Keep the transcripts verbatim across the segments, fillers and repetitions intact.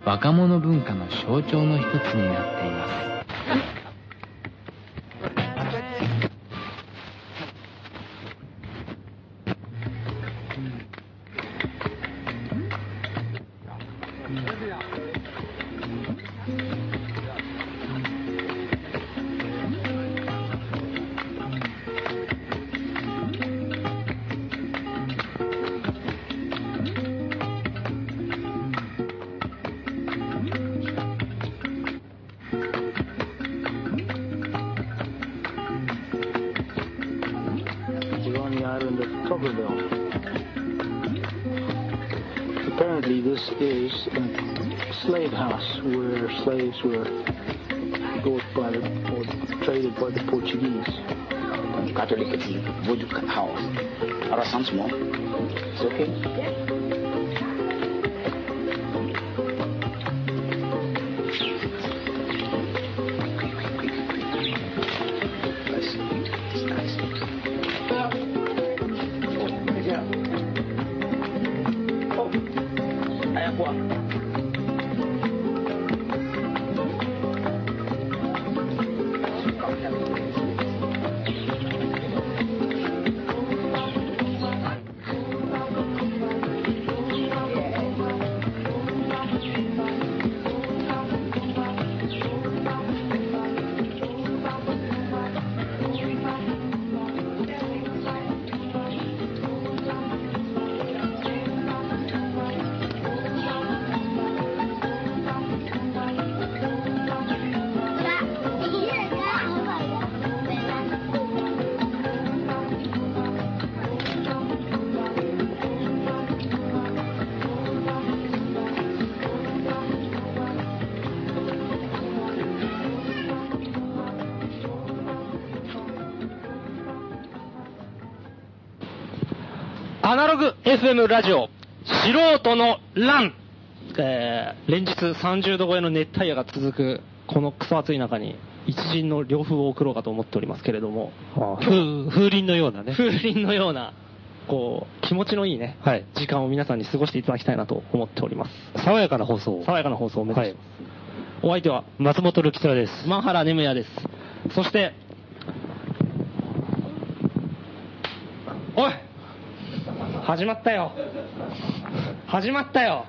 若者文化の象徴の一つになっています。 Apparently this is a slave house where slaves were bought by the, or traded by the Portuguese. Catholic voodoo house. Are some small? It's okay? アナログ エフエム ラジオ素人の乱、えー、連日さんじゅうど超えの熱帯夜が続くこのクソ暑い中に一陣の涼風を送ろうかと思っておりますけれども、 ああ風, 風鈴のようなね風鈴のようなこう気持ちのいいね、 はい、 時間を皆さんに過ごしていただきたいなと思っております。 爽やかな放送爽やかな放送を目指します、はい、お相手は松本るきつらです。 マンハラネムヤです。そしておい始まったよ始まったよ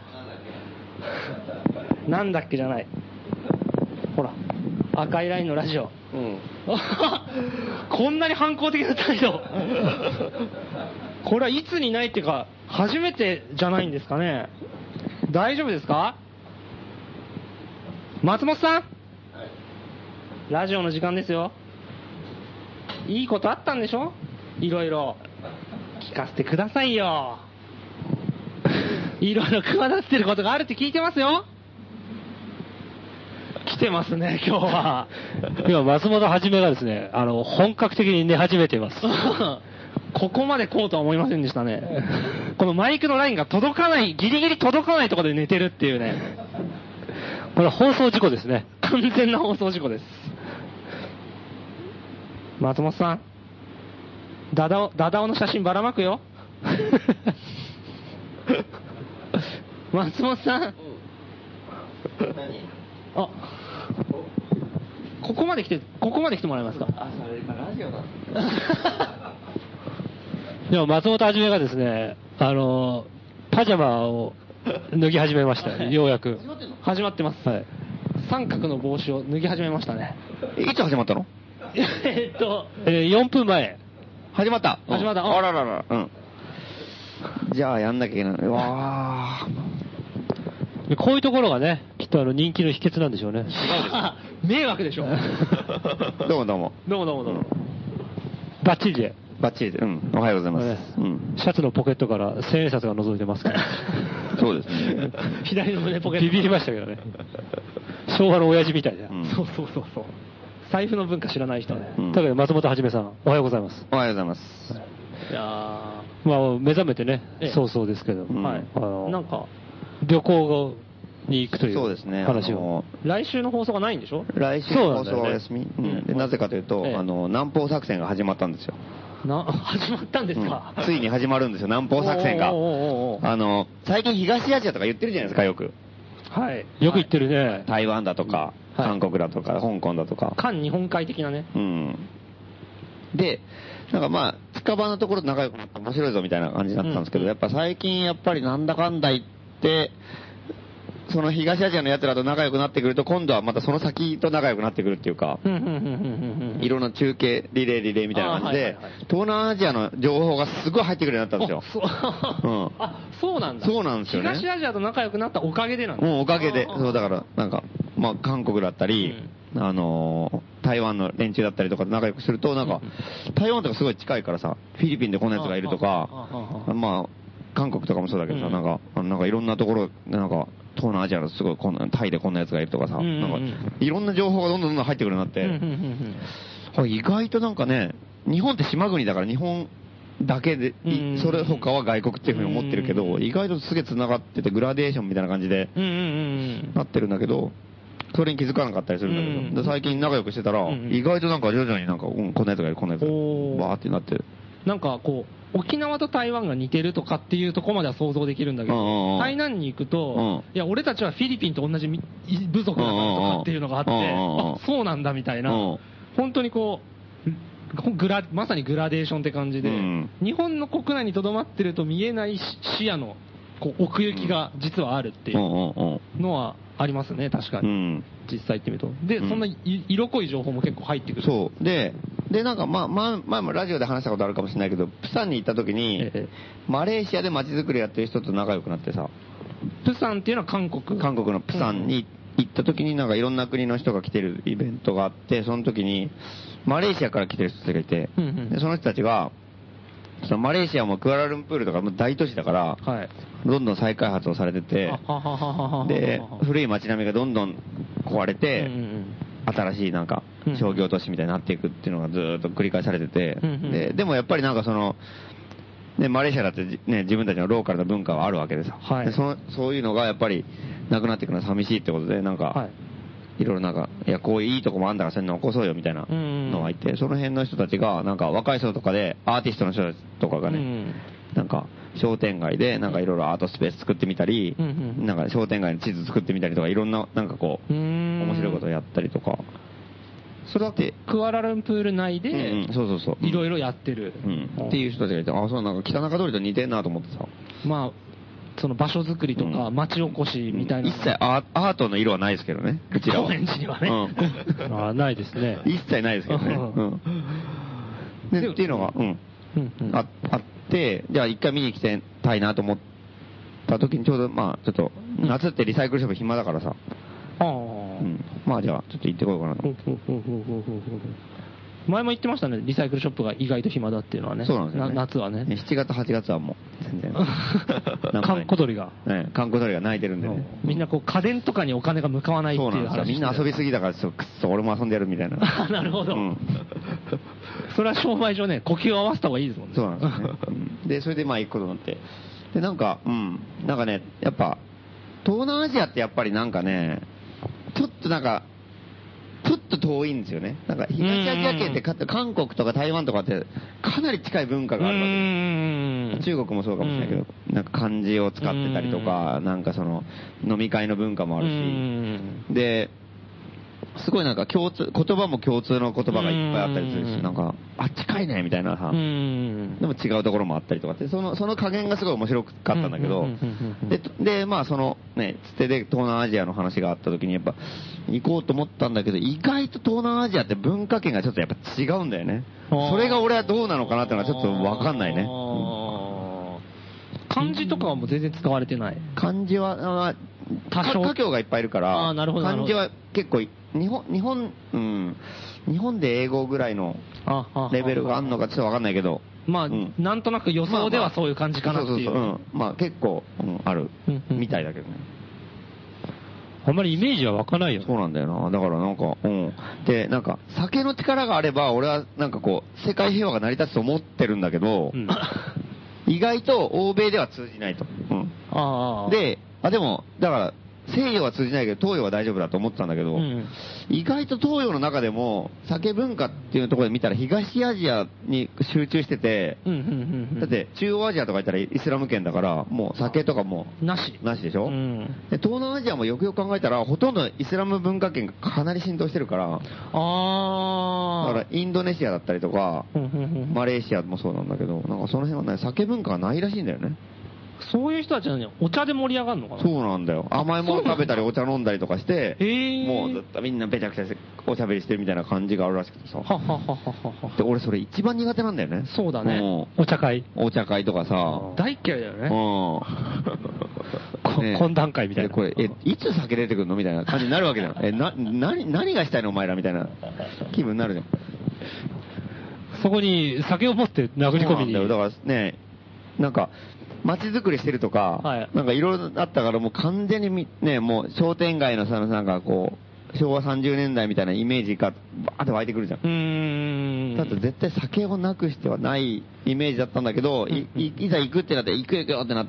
なんだっけじゃない、ほら赤いラインのラジオ、うん、こんなに反抗的な態度これはいつにないっていうか初めてじゃないんですかね。大丈夫ですか松本さん、はい、ラジオの時間ですよ。いいことあったんでしょ、いろいろ聞かせてくださいよ。いろいろ企ってることがあるって聞いてますよ。来てますね今日は。 今松本はじめがですね、あの本格的に寝始めています。 ここまでこうとは思いませんでしたね。このマイクのラインが届かない、ギリギリ届かないところで寝てるっていうね。 これ放送事故ですね。 完全な放送事故です。松本さん、ダダオ、ダダオの写真ばらまくよ。松本さん。うん、あ、ここまで来て、ここまで来てもらえますか。あ、それラジオだ。 でも松本はじめがですね、あのパジャマを脱ぎ始めました、はい、ようやく。 始まってます。はい。三角の帽子を脱ぎ始めましたね。 いつ始まったの？ えっと、 えー、よんぷんまえ。 始まった。 始まった。 あららら。うん。じゃあやんなきゃいけない。うわー。こういうところがね、きっとあの人気の秘訣なんでしょうね。違うです。 迷惑でしょ。 どうもどうも。 どうもどうもどうも。 バッチリで。 バッチリで。うん。おはようございます。ね、 うん。シャツのポケットから千円札が覗いてますから。 そうですね。 左の胸ポケット。 ビビりましたけどね。昭和の親父みたいな。 うん、そうそうそうそう。財布の文化知らない人ね。 うん、だけど松本はじめさん、おはようございます。 おはようございます。 いやまあ目覚めてね、ええ、そうそうですけど、 うん、はい。あのなんか旅行に行くというそうですね話を。 来週の放送がないんでしょ？ 来週の放送はお休み。ね、うん、でなぜかというと、ええ、あの南方作戦が始まったんですよ。 な始まったんですか、 うん、ついに始まるんですよ、南方作戦が。あの最近東アジアとか言ってるじゃないですか、よく。 はい。 よく言ってるね。 台湾だとか、 はい、 韓国だとか、香港だとか。 韓日本海的なね。 うん。で、なんかまあ、近場のところで仲良くなって面白いぞみたいな感じになってたんですけど、うん、やっぱ最近やっぱりなんだかんだ言って、その東アジアの奴らと仲良くなってくると、今度はまたその先と仲良くなってくるっていうか、いろんな中継、リレーリレーみたいな感じで、はいはいはい、東南アジアの情報がすごい入ってくるようになったんですよ。 そう、うん、あ、そうなんだ。 そうなんですよね。 東アジアと仲良くなったおかげでなんだ。 もうおかげで、そうだから、なんか、まあ韓国だったり、うん、あのー、台湾の連中だったりとか仲良くすると、なんか、台湾とかすごい近いからさ、フィリピンでこんな奴がいるとか、まあ、韓国とかもそうだけどさ、うん、なんか、なんかいろんなところ、なんか、東南アジアのすごいこんな、タイでこんな奴がいるとかさ、うんうんうん、なんか、いろんな情報がどんどんどんどん入ってくるようになって、うんうんうん、意外となんかね、日本って島国だから日本だけで、うんうん、それ他は外国っていうふうに思ってるけど、うんうん、意外とすげえ繋がってて、グラデーションみたいな感じで、なってるんだけど、それに気づかなかったりするんだけど、うんうん、で最近仲良くしてたら、うんうん、意外となんか徐々になんか、うん、こんな奴がいる、こんな奴がいる、バーってなってる。 なんかこう、沖縄と台湾が似てるとかっていうところまでは想像できるんだけど、台南に行くと、いや、俺たちはフィリピンと同じ部族だからとかっていうのがあって、あ、そうなんだみたいな、本当にこう、グラまさにグラデーションって感じで、日本の国内に留まってると見えない視野のこう奥行きが実はあるっていうのはありますね、確かに。実際行ってみると。で、そんな色濃い情報も結構入ってくる。 そう。で、で、なんか、まあ、まあ、前もラジオで話したことあるかもしれないけど、プサンに行った時に、ええ、マレーシアで街づくりやってる人と仲良くなってさ。 プサンっていうのは韓国？ 韓国のプサンに行った時になんかいろんな国の人が来てるイベントがあって、その時に、マレーシアから来てる人たちがいて、うんうん、でその人たちが、そのマレーシアもクアラルンプールとかも大都市だから、はい、どんどん再開発をされてて、で、古い街並みがどんどん壊れて、うんうん、新しいなんか商業都市みたいになっていくっていうのがずーっと繰り返されてて、うんうん、で, でもやっぱりなんかその、ね、マレーシアだってね、自分たちのローカルな文化はあるわけでさ、はい、で そ, そういうのがやっぱりなくなっていくのは寂しいってことで、なんか、はいいろいろなんか、いや、こういういいとこもあんだから、そういうの起こそうよみたいなのがいて、その辺の人たちが、なんか若い人とかで、アーティストの人たちとかがね、なんか、商店街で、なんかいろいろアートスペース作ってみたり、なんか商店街の地図作ってみたりとか、いろんな、なんかこう、面白いことをやったりとか。 それだってクアラルンプール内で、 うん、そうそうそう。 いろいろやってる、 うん。っていう人たちがいて、あ、そう、なんか北中通りと似てんなと思ってさ。 まあ、その場所づくりとか町おこしみたいな、 うん、一切アートの色はないですけどね、うちらは。 高円寺にはね、 うん、あないですね。 一切ないですけどね。うん、でっていうのが、うんうんうん、あ, あって、じゃあ一回見に行きたいなと思った時にちょうどまあちょっと夏ってリサイクルショップ暇だからさ、うん、まあじゃあちょっと行ってこようかなと思って。 前も言ってましたね、リサイクルショップが意外と暇だっていうのはね。 そうなんですよね。 夏はね。 しちがつ、はちがつはもう、全然。 かんこ鳥が。 ね、かんこ鳥が泣いてるんでね。 みんなこう、家電とかにお金が向かわないっていう話。 そうなんですよ。みんな遊びすぎだから、くっそ、俺も遊んでやるみたいな。 なるほど。うん、それは商売上ね、呼吸を合わせた方がいいですもんね。 そうなんですね。うん、で、それでまあ行くことになって。で、なんか、うん。なんかね、やっぱ、東南アジアってやっぱりなんかね、ちょっとなんか、ちょっと遠いんですよね。なんか東アジア圏って韓国とか台湾とかってかなり近い文化があるわけです。中国もそうかもしれないけど、なんか漢字を使ってたりとか、なんかその飲み会の文化もあるし、で、すごいなんか共通、言葉も共通の言葉がいっぱいあったりするし、なんか、あ、近いねみたいなさ、でも違うところもあったりとかって、その、その加減がすごい面白かったんだけど、で、で、まあそのね、つてで東南アジアの話があった時にやっぱ、行こうと思ったんだけど、意外と東南アジアって文化圏がちょっとやっぱ違うんだよね。それが俺はどうなのかなっていうのはちょっとわかんないね。 漢字とかはもう全然使われてない。 漢字は、多少華僑がいっぱいいるから、漢字は結構、日本、日本、うん、日本で英語ぐらいのレベルがあるのかちょっとわかんないけど。 まあ、うん、なんとなく予想ではそういう感じかなっていう。 そうそうそう、うん。まあ結構、うん、ある、みたいだけどね。 あんまりイメージは湧かないよね。 そうなんだよな。だからなんか、うん。で、なんか、酒の力があれば、俺はなんかこう、世界平和が成り立つと思ってるんだけど、うん、意外と欧米では通じないと。うん、あで、あ、でも、だから、 西洋は通じないけど東洋は大丈夫だと思ってたんだけど、うん、意外と東洋の中でも酒文化っていうところで見たら東アジアに集中してて、うんうんうんうん、だって中央アジアとか行ったらイスラム圏だからもう酒とかもなしなしでしょ、 うん、 で東南アジアもよくよく考えたらほとんどイスラム文化圏がかなり浸透してるから、 あだからインドネシアだったりとか、うんうんうん、マレーシアもそうなんだけど、なんかその辺はね酒文化がないらしいんだよね。 そういう人たちはね、お茶で盛り上がるのかな。 そうなんだよ。甘いもの食べたりお茶飲んだりとかして、もうずっとみんなべちゃくちゃおしゃべりしてるみたいな感じがあるらしくてさ。ははははは。で、俺それ一番苦手なんだよね。 そうだね。 お茶会お茶会とかさ。 大嫌いだよね。 うん。懇談会みたいな。 これ、え、いつ酒出てくるのみたいな感じになるわけだよ。え、な、なに、何がしたいのお前らみたいな気分になるじゃん。 そこに酒を持って殴り込みに。 だからね、なんか、街づくりしてるとか、はい、なんかいろいろあったからもう完全にね、もう商店街のさ、なんかこう、昭和さんじゅうねんだいみたいなイメージがバーって湧いてくるじゃん。うーん。だって絶対酒をなくしてはないイメージだったんだけど、うんうん、い, いざ行くってなって、行く行くよってなって、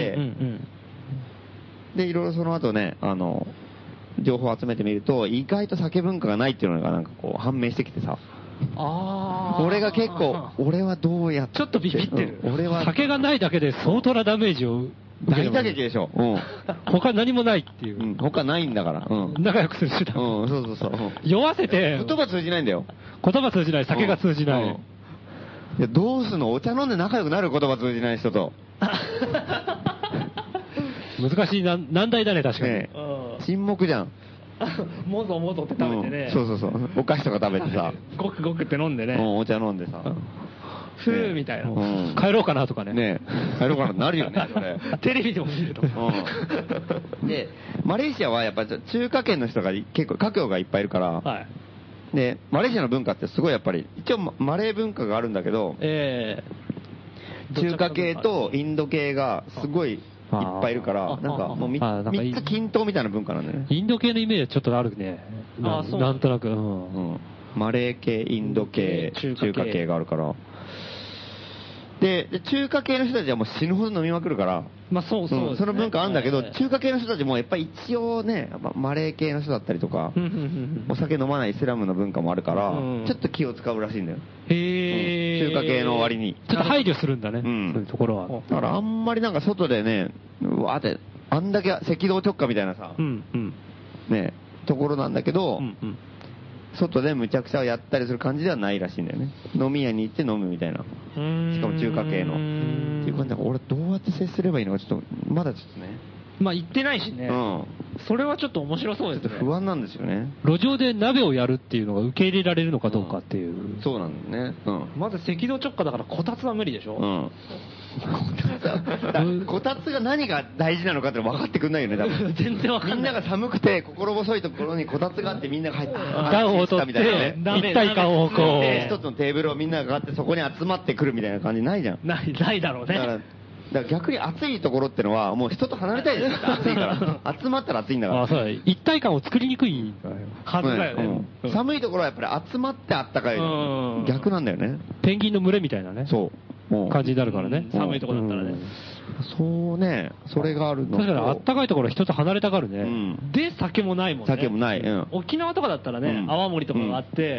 うんうんうん、で、いろいろその後ね、あの、情報を集めてみると、意外と酒文化がないっていうのがなんかこう判明してきてさ。 ああ。 俺が結構、俺はどうやって。 ちょっとビビってる。 うん、俺は。 酒がないだけで相当なダメージを。 大打撃でしょ。うん。 他何もないっていう。 うん、他ないんだから。うん。 仲良くする手段。 うん、そうそうそう。 酔わせて。 言葉通じないんだよ。 言葉通じない、酒が通じない。うんうん、いや、どうすんの？お茶飲んで仲良くなる言葉通じない人と。 難しいな難題だね、確かに。ね、 沈黙じゃん。 もぞもぞって食べてね、 うん、そうそうそう、お菓子とか食べてさ、 ごくごくって飲んでね、 うん、お茶飲んでさ、 ふーみたいな、うん、帰ろうかなとかね、 ね帰ろうかなってなるよね、それ。 テレビでも見ると。 うん、で、マレーシアはやっぱ中華圏の人が結構、華僑がいっぱいいるから、はい、で、マレーシアの文化ってすごいやっぱり、一応マレー文化があるんだけど、えー、中華系とインド系がすごい、いっぱいいるから、なんかもうみっつ均等みたいな文化なんだよね。 インド系のイメージはちょっとあるね。な, なんとなく、うんうん。マレー系、インド系、中華系があるから。で、中華系の人たちはもう死ぬほど飲みまくるから、 まあそうそう、ねうん、 その文化あるんだけど、中華系の人たちもやっぱり一応ね、マレー系の人だったりとか、お酒飲まないイスラムの文化もあるから、うん、ちょっと気を使うらしいんだよ。 へー、うん、中華系の割に。 ちょっと配慮するんだね、うん、そういうところは。 だからあんまりなんか外でね、うわーって、あんだけ赤道直下みたいなさ、うんうん、ね、ところなんだけど、うんうん、外でむちゃくちゃやったりする感じではないらしいんだよね。飲み屋に行って飲むみたいな。しかも中華系の。っていう感じで、俺どうやって接すればいいのかちょっと、まだちょっとね。 まあ行ってないしね。うん。それはちょっと面白そうですね。 ちょっと不安なんですよね。 路上で鍋をやるっていうのが受け入れられるのかどうかっていう。 うん、そうなんだよね。うん。 まず赤道直下だからこたつは無理でしょ。うん。 こたつが何が大事なのかって分かってくんないよね、多分。 全然分かんない。 みんなが寒くて心細いところにこたつがあってみんなが入って、 暖を取って、一体感をこう。 一つのテーブルをみんながあってそこに集まってくるみたいな感じないじゃん。 ない、ないだろうね。 だからだから逆に暑いところってのはもう人と離れたいですよ。暑いから集まったら暑いんだから。 あ、そうだ。一体感を作りにくいはずだよね、 うん、寒いところはやっぱり集まってあったかい。逆なんだよね。 ペンギンの群れみたいなね。 そう感じになるからね。 寒いところだったらね。 そうね、それがあるのと。 確かにあったかいところは人と離れたがるね。うん、で、酒もないもんね。 酒もない。うん、 沖縄とかだったらね、うん、泡盛とかがあって、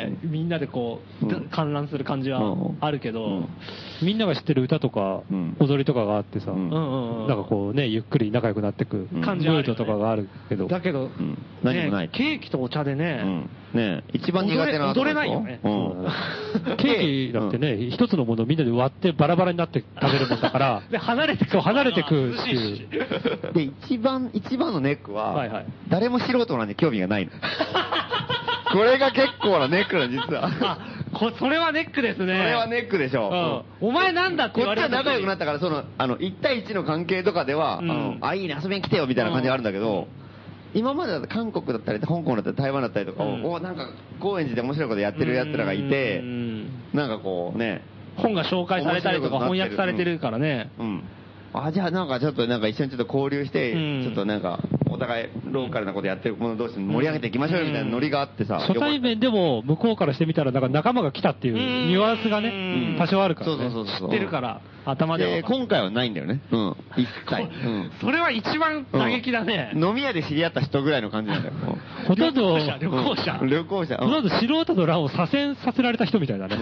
うん、みんなでこう、うん、観覧する感じはあるけど、うん、 みんなが知ってる歌とか、うん、踊りとかがあってさ、うん、なんかこうね、ゆっくり仲良くなっていく感じ、ムードとかがあるけど。 だけど、うん、 何もない。 ケーキとお茶でね、 うんね、一番苦手な踊れないよね。うん、 ケーキだってね、うん、一つのものをみんなで割ってバラバラになって食べるもんだから、 で離れてく、 離れてくっていう。 で、一番、一番のネックは、はいはい、誰も素人なんで興味がないの。これが結構なネックな、実は。 こそれはネックですね。それはネックでしょ。 うん、お前なんだって言われたこっちは仲良くなったから、その、あの、いち対いちの関係とかでは、うん、あのあ、いいね、遊びに来てよみたいな感じがあるんだけど、うん、今までだと韓国だったり、香港だったり、台湾だったりとかを、うん、おなんか、高円寺で面白いことやってる奴らがいて、なんかこうね、 本が紹介されたりとか翻訳されてるからね。うん。 あ、じゃあなんかちょっとなんか一緒にちょっと交流して、うん、ちょっとなんかお互いローカルなことやってる者同士盛り上げていきましょうよみたいなノリがあってさ。 初対面でも向こうからしてみたら、なんか仲間が来たっていうニュアンスがね、多少あるからね。 そうそうそう。 知ってるから、頭では。 で、今回はないんだよね。うん。一切。 それは一番打撃だね。 飲み屋で知り合った人ぐらいの感じなんだよ。 ほとんど、 旅行者。 旅行者。 ほとんど素人の欄を左遷させられた人みたいだね。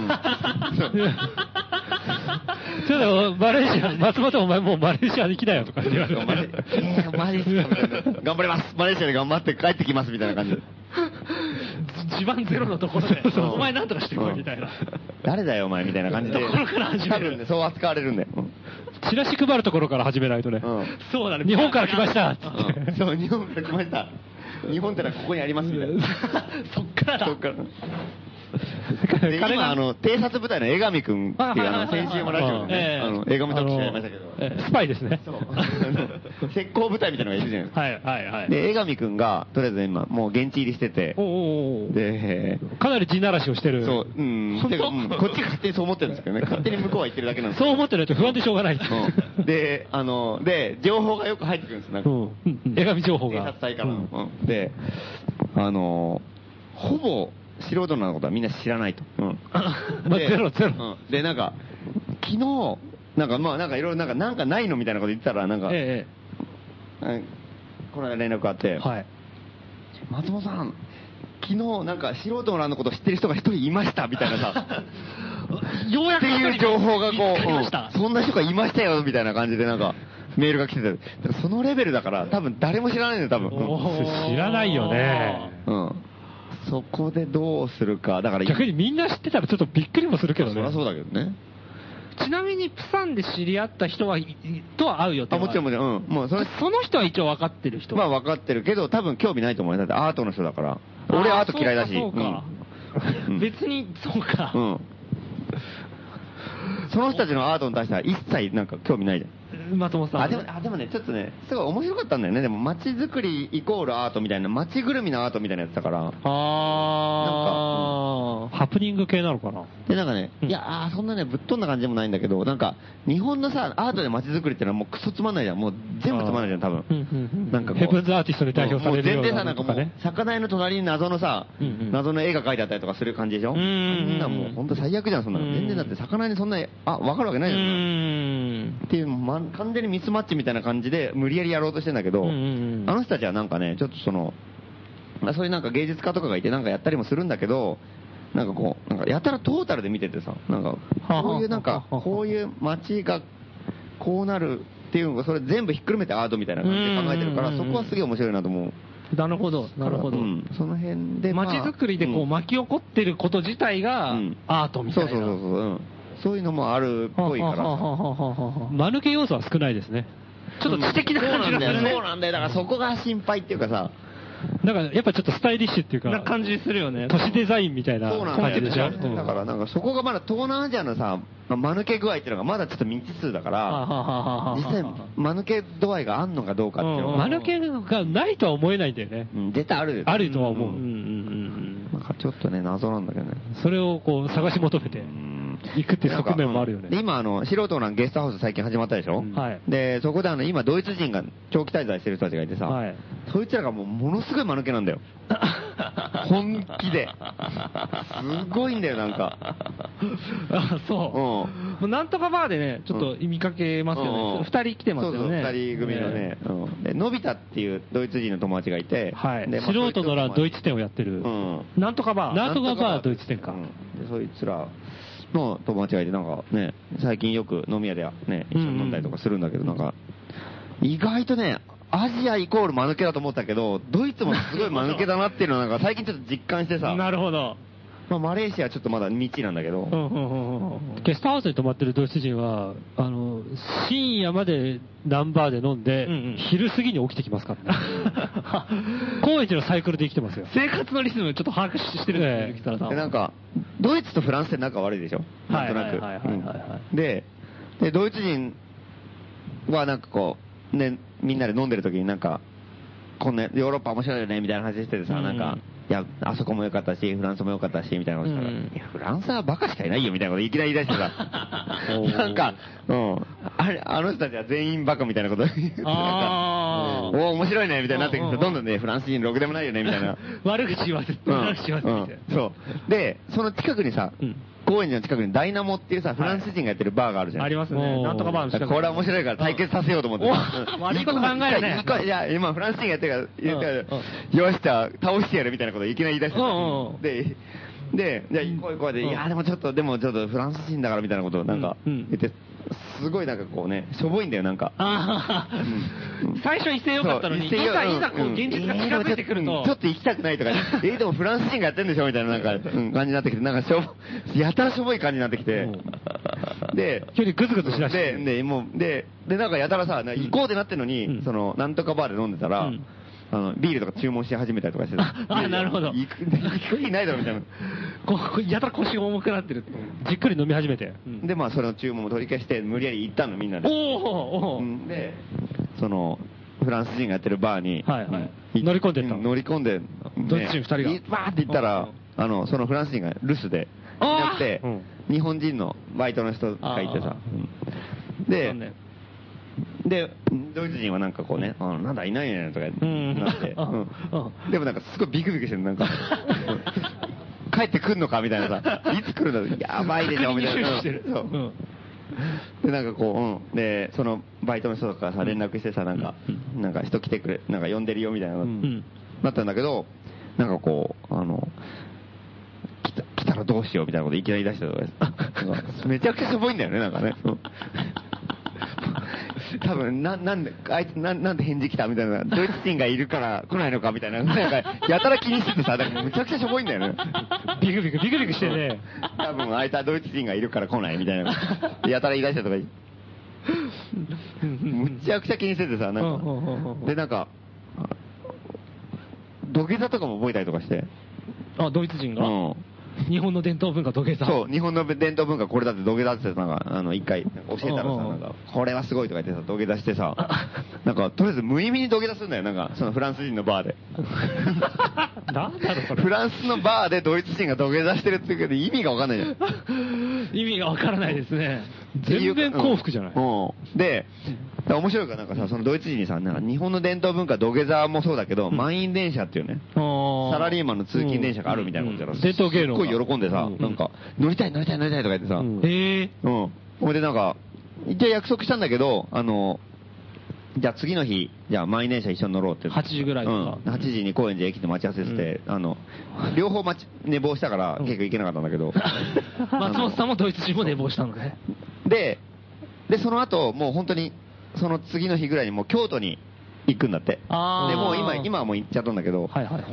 ちょっとマレーシア、松本お前もうマレーシアに来なよとか言われて。 マレーシア頑張ります。マレーシアで頑張って帰ってきますみたいな感じで。 地盤ゼロのところで、お前なんとかしてこいみたいな。 誰だよお前みたいな感じで。 ところから始める。 ね、そう扱われるんだよ。 チラシ配るところから始めないとね。 そうだね。 日本から来ましたそう、日本から来ました。日本ってのはここにありますみたいな。 そっからだ。 そっから。で今あの偵察部隊の江上君っていうあの先週もラジオでねあの映画も特集やりましたけどスパイですね。 石膏部隊みたいなのがいるじゃないですか。 はいはいはい。 で江上君がとりあえず今もう現地入りしててでかなり地ならしをしてる。 そううんこっちが勝手にそう思ってるんですけどね勝手に向こうは言ってるだけなんです。 そう思ってないと不安でしょうがない。 であので情報がよく入ってくるんですなんか江上情報が。 偵察隊からのであのほぼ素人のことはみんな知らないと。うん。 でゼロゼロ。 で、なんか、昨日、なんかまあなんかいろいろなんか、なんかないのみたいなこと言ってたら、なんか、ええ、この間連絡あって、はい、松本さん、昨日なんか素人ののこと知ってる人が一人いましたみたいなさ、 ようやくっていう情報がこう、 うん、 そんな人がいましたよみたいな感じでなんか、メールが来てて、そのレベルだから多分誰も知らないんだよ、多分。 知らないよね。 うん。そこでどうするか。だから逆にみんな知ってたらちょっとびっくりもするけどね。 そりゃそうだけどね。 ちなみにプサンで知り合った人はとは会う予定はあもちろんもちろん。うん。もうそれその人は一応分かってる人。 まあ分かってるけど多分興味ないと思うよ。だってアートの人だから。俺アート嫌いだし。 そうか。そうかうん、別にそうか。うん。 その人たちのアートに対しては一切なんか興味ないじゃん。 松本さん、ね、 あでもあでもねちょっとねすごい面白かったんだよね。でも街づくりイコールアートみたいな街ぐるみのアートみたいなやつだから。ああ。なんか、 うん、ハプニング系なのかな。 でなんかね、いやあそんなねぶっ飛んだ感じでもないんだけどなんか日本のさアートで街づくりってのはもうクソつまんないじゃん。もう全部つまんないじゃん多分。なんかこうヘブンズアーティストに代表されるような、ね、 もう全然さなんかもう魚屋の隣に謎のさ、うんうん、謎の絵が描いてあったりとかする感じでしょ。うんうんうん、そんなもう本当最悪じゃんそんなの。全然だって魚にそんなあ分かるわけないじゃん。うんっていう、ま、完全にミスマッチみたいな感じで無理やりやろうとしてんだけど、うんうんうん、あの人たちはなんかねちょっとそのそういうなんか芸術家とかがいてなんかやったりもするんだけどなんかこうなんかやたらトータルで見ててさなんかこういうなんかこういう街がこうなるっていうのがそれ全部ひっくるめてアートみたいな感じで考えてるからそこはすげえ面白いなと思う。 なるほど、なるほど。うん、 その辺で、 まあ、街づくりでこう巻き起こってること自体がアートみたいな。 そうそうそうそう。うんそういうのもあるっぽいからさ。 間抜け要素は少ないですね。 ちょっと知的な感じがするね。 そうなんだよ。だからそこが心配っていうかさ。 なんかやっぱちょっとスタイリッシュっていうか。 な感じするよね。 都市デザインみたいな感じでしょ。 だからなんかそこがまだ東南アジアのさ、間抜け具合っていうのがまだちょっと未知数だから、実際間抜け度合いがあんのかどうかっていうの間抜けがないとは思えないんだよね。 絶対あるよ。 あるとは思う。 なんかちょっとね、謎なんだけどね。 それをこう探し求めて。行くって側面もあるよね。 今あの素人なんゲストハウス最近始まったでしょ。はい。でそこであの今ドイツ人が長期滞在してる人たちがいてさ、はい、そいつらがもうものすごい間抜けなんだよ。本気で。すごいんだよなんか。 あそう。うん。なんとかバーでねちょっと見かけますよね。二人来てますよね。そうそう二人組のね。でのび太っていうドイツ人の友達がいて、 はい。素人ならドイツ店をやってる。うん。 なんとかバー。 なんとかバードイツ店か。 でそいつら。の友達がいてなんかね最近よく飲み屋でね一緒に飲んだりとかするんだけどなんか意外とねアジアイコール間抜けだと思ったけどドイツもすごい間抜けだなっていうのをなんか最近ちょっと実感してさ。 なるほど。 まあ、マレーシアはちょっとまだ未知なんだけど、 ゲストハウスに泊まってるドイツ人はあの深夜までナンバーで飲んで、うんうん、昼過ぎに起きてきますから、ね、高円寺のサイクルで生きてますよ。 生活のリズムちょっと把握してるんですね。 でなんかドイツとフランスって仲悪いでしょなんとなく。ででドイツ人はなんかこうねみんなで飲んでる時になんかこんなヨーロッパ面白いよねみたいな話しててさ、うん、なんかいやあそこも良かったしフランスも良かったしみたいなことしたら、うん、いやフランスはバカしかいないよみたいなこといきなり言い出してさなんか、うん、あれあの人たちは全員バカみたいなことなんかお面白いねみたいになってきて、どんどんね、フランス人ろくでもないよねみたいな。 悪口言わせて、悪口言わせて。 そう。で、その近くにさ、高円寺の近くにダイナモっていうさ、フランス人がやってるバーがあるじゃん。 ありますね。なんとかバーの近く。 これは面白いから対決させようと思って。 悪いこと考えるね。 いや、今フランス人がやってるから、言ったら、よし、じゃあ倒してやるみたいなことをいきなり言い出して。で、で、じゃあ行こう行こうで、いや、でもちょっと、でもちょっとフランス人だからみたいなことをなんか言って、すごいなんかこうね、しょぼいんだよ、なんか。 最初威勢良かったのに、いざいざこう現実が近づいてくると。 ちょっと行きたくないとか、え、でもフランス人がやってんでしょみたいななんか感じになってきて、なんかしょぼ、やたらしょぼい感じになってきて。で、 急にグズグズしだして。 で、もう、で、で、なんかやたらさ、行こうってなってるのに、その、なんとかバーで飲んでたら、あのビールとか注文し始めたりとかしてああ、なるほど。 行く、行く気ないだろみたいな。 こう、やたら腰が重くなってる。 じっくり飲み始めて。 で、まあ、それの注文も取り消して、無理やり行ったの、みんなで。 おーで、その、フランス人がやってるバーに、 乗り込んでった乗り込んで、 ドイツ人二人が。 バーって行ったら、あの、そのフランス人が留守で、いなくて、日本人のバイトの人がいてさ。で、で、ドイツ人はなんかこうね、あなんだいないねとかなって、でもなんかすごいビクビクしてる、なんか、帰ってくんのかみたいなさ、いつ来るんだ、やばいでしょみたいな。で、なんかこう、うん、で、そのバイトの人とかさ、連絡してさ、なんか、なんか人来てくれ、なんか呼んでるよみたいな、なったんだけど、なんかこう、あの、来た、来たらどうしようみたいなこといきなり出してたとか、めちゃくちゃしょぼいんだよね、なんかね。多分な、なんで、あいつな、なんで返事来たみたいな、ドイツ人がいるから来ないのかみたいな、なんか、やたら気にしててさ、だからむちゃくちゃしょぼいんだよね。 ビクビク、ビクビクしてね。 多分あいつはドイツ人がいるから来ないみたいな、やたら言い出したとか、むちゃくちゃ気にしててさ、なんか、で、なんか、土下座とかも覚えたりとかして。 あ、ドイツ人がうん。日本の伝統文化土下座。 そう、日本の伝統文化これだって土下座ってなんか、あの、一回教えたらさ、なんか、これはすごいとか言ってさ、土下座してさ、なんか、とりあえず無意味に土下座するんだよ、なんか、そのフランス人のバーで。 なんだろう、それ。 フランスのバーでドイツ人が土下座してるっていうけど、意味がわかんないじゃん。 意味がわからないですね。 全然幸福じゃない。 うん。で、面白いからなんかさ、そのドイツ人にさ、なんか日本の伝統文化土下座もそうだけど、満員電車っていうね、サラリーマンの通勤電車があるみたいなことやら、 伝統芸能。 すっごい喜んでさ、なんか、乗りたい乗りたい乗りたいとか言ってさ、 へえ。 うん。ほいでなんか、一応約束したんだけど、あの、じゃあ次の日、じゃあ満員電車一緒に乗ろうって。 はちじぐらいとか。 うん。はちじに高円寺駅で待ち合わせして、あの、両方待ち、寝坊したから結構行けなかったんだけど。 松本さんもドイツ人も寝坊したのね。 で、で、その後、もう本当に、その次の日ぐらいにもう京都に行くんだって。で、もう今、今はもう行っちゃったんだけど。 はいはいはい。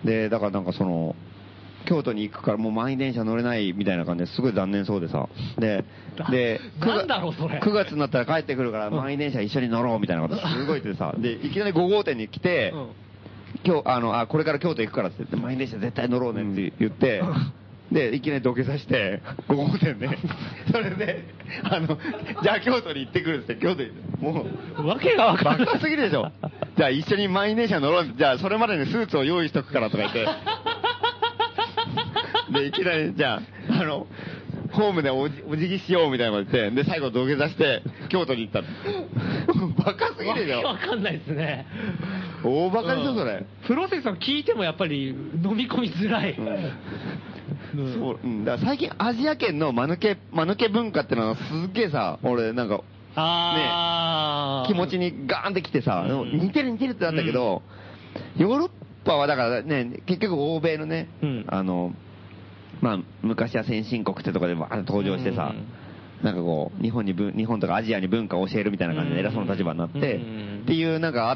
で、だからなんかその、京都に行くからもう満員電車乗れないみたいな感じですごい残念そうでさ。で、で、 なんだろうそれ。 くがつになったら帰ってくるから満員電車一緒に乗ろうみたいなことすごい言ってさ。で、いきなりご号店に来て、今日、あの、あ、これから京都行くからって言って、満員電車絶対乗ろうねって言って、で、いきなり土下座して、ご号店で、それで、あの、じゃあ京都に行ってくるって、京都に、もう、わけがわかんない。 バカすぎるでしょ。じゃあ一緒に満員電車乗ろう、じゃあそれまでにスーツを用意しとくからとか言って、で、いきなり、じゃあ、あの、ホームでおじお辞儀しようみたいなこと言って、で、最後土下座して、京都に行った。バカすぎるでしょ。 わかんないですね。 大バカでしょ、それ。 プロセスを聞いてもやっぱり飲み込みづらい。 うん、そう、うん。だから最近アジア圏の間抜け、間抜け文化ってのはすっげえさ、俺なんか、 あね、気持ちにガーンってきてさ、うん、似てる似てるってなったけど、うん、ヨーロッパはだからね、結局欧米のね、うん、あの、まあ、昔は先進国ってとこでも登場してさ、うん、なんかこう、日本にぶ、日本とかアジアに文化を教えるみたいな感じで偉そうな立場になって、うん、っていうなんかあって、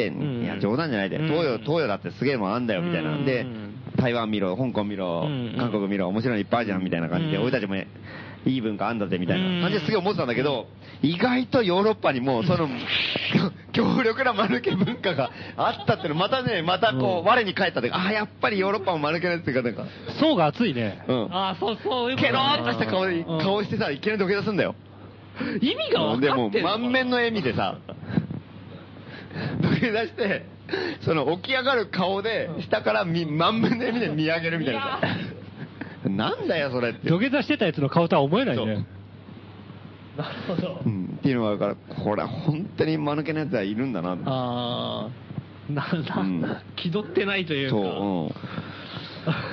うん、いや、冗談じゃないで、東洋、東洋だってすげえもんあんだよみたいなんで、台湾見ろ、香港見ろ、韓国見ろ、面白いのいっぱいあるじゃんみたいな感じで、俺たちもいい文化あんだぜみたいな感じですげえ思ってたんだけど、意外とヨーロッパにもその強力な間抜け文化があったっていうのまたね、またこう、我に返ったで、ああ、やっぱりヨーロッパも間抜けなっていうか、なんか。 層が厚いね。 うん。 ああ、そう、そういうこと。 ケローっとした顔で、顔してさ、いきなり土下座すんだよ。 意味が分かってるのかな。 でも、満面の笑みでさ、土下座して、その起き上がる顔で、下からみ満面の笑みで見上げるみたいなさ。なんだよ、それって。 土下座してたやつの顔とは思えないね。 なるほど。 うん。っていうのがあるから、これは本当に間抜けなやつはいるんだな。 ああ、な、な、うん、気取ってないというか。 そう、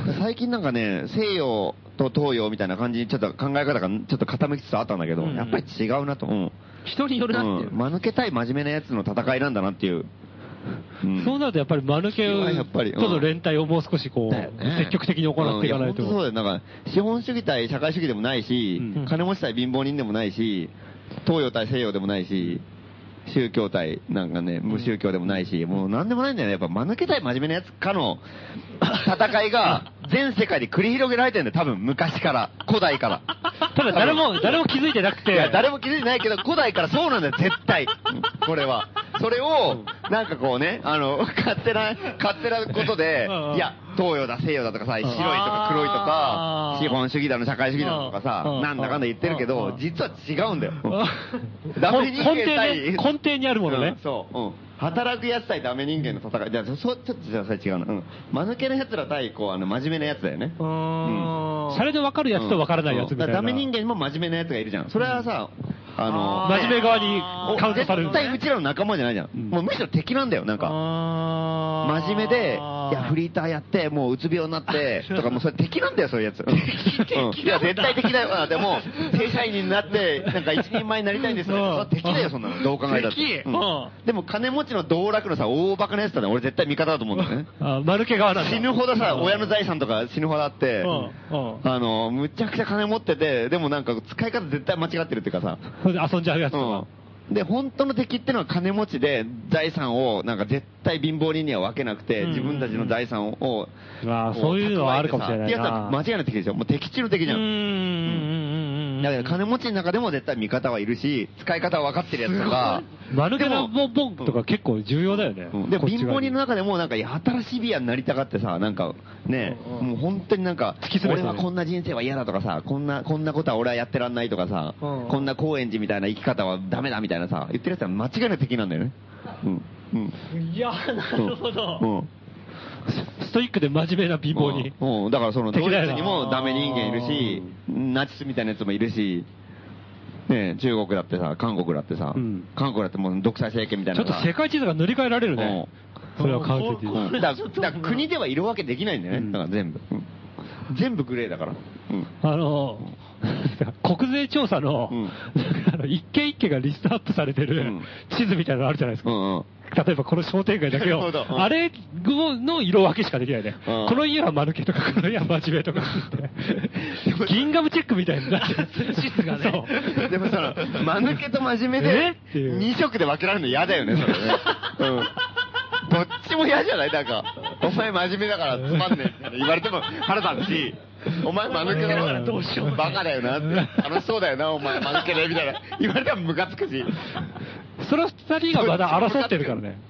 うん。最近なんかね、西洋と東洋みたいな感じにちょっと考え方がちょっと傾きつつあったんだけど、うん、やっぱり違うなと。うん。 人によるなっていう、 うん。間抜けたい真面目なやつの戦いなんだなっていう。 うん、そうなるとやっぱり間抜けとの連帯をもう少しこう、ね、積極的に行っていかないと。 うん、そうだよ。なんか、資本主義対社会主義でもないし、うん、金持ち対貧乏人でもないし、東洋対西洋でもないし、宗教対なんかね、無宗教でもないし、もう何でもないんだよね。やっぱ間抜け対真面目なやつかの戦いが全世界で繰り広げられてるんだよ、多分昔から、古代から。 ただ誰も、誰も気づいてなくて。 いや、誰も気づいてないけど、古代からそうなんだよ、絶対。これは。それを、なんかこうね、あの、勝手な、勝手なことで、いや、東洋だ、西洋だとかさ、白いとか黒いとか、資本主義だの、社会主義だのとかさ、なんだかんだ言ってるけど、実は違うんだよ。ダメ人間対、 根底にあるものね。 そう。うん。働くやつ対ダメ人間の戦い。じゃあ、そ、ちょっとじゃあそれ違うな。うん。間抜けな奴ら対、こう、あの、真面目なやつだよね。うん。 シャレで分かるやつと分からないやつみたいな。 ダメ人間も真面目なやつがいるじゃん。それはさ、あの、 真面目側にカウントされる。 絶対うちらの仲間じゃないじゃん。もうむしろ敵なんだよ、なんか。真面目で、いや、フリーターやって、もううつ病になって、とか、もうそれ敵なんだよ、そういうやつ。いや、絶対敵だよ。でも、正社員になって、なんか一人前になりたいんですよ。敵だよ、そんなの。どう考えたって。でも、金持ちの道楽のさ、大バカなやつだね。俺絶対味方だと思うんだよね。 間抜け側なんだ。 死ぬほどさ、親の財産とか死ぬほどあって、あの、むちゃくちゃ金持ってて、でもなんか使い方絶対間違ってるっていうかさ。 遊んじゃうやつとか。 で、本当の敵ってのは金持ちで、財産を、なんか絶対貧乏人には分けなくて、自分たちの財産を、 まあ、そういうのはあるかもしれないな。 ってやつは間違いな敵でしょ。もう敵中の敵じゃん。うん。だから金持ちの中でも絶対味方はいるし、使い方は分かってるやつとか。 間抜けなボンボンとか結構重要だよね。 で、貧乏人の中でもなんかやたらシビアになりたがってさ、なんかね、もう本当になんか、俺はこんな人生は嫌だとかさ、こんな、こんなことは俺はやってらんないとかさ、こんな高円寺みたいな生き方はダメだみたいなさ、言ってるやつは間違いなく敵なんだよね。うん。 うん。いや、なるほど。うん。 ストイックで真面目な貧乏人。 うん。だからその、ドイツにもダメ人間いるし、ナチスみたいなやつもいるし、ね、中国だってさ、韓国だってさ、うん、韓国だってもう独裁政権みたいな。 ちょっと世界地図が塗り替えられるね。うん、それは完璧に。 うん、だから国では色分けできないんだよね。うん、だから全部。うん、全部グレーだから。 うん、あの、国税調査の、うん、あの一軒一軒がリストアップされてる地図みたいなのあるじゃないですか。うんうん、例えばこの商店街だけを、うん、あれの色分けしかできないね。うん、この家は間抜けとか、この家は真面目とかって。ギンガムチェックみたいになってる地図がね。 そう。でもその、間抜けと真面目で、に色で分けられるの嫌だよね、それね。うんどっちも嫌じゃないなんか、お前真面目だからつまんねえって言われても腹立つし、お前間抜けだからどうしようバカだよなって、楽しそうだよな、お前間抜けでみたいな言われてもムカつくし。 それは二人がまだ争ってるからね。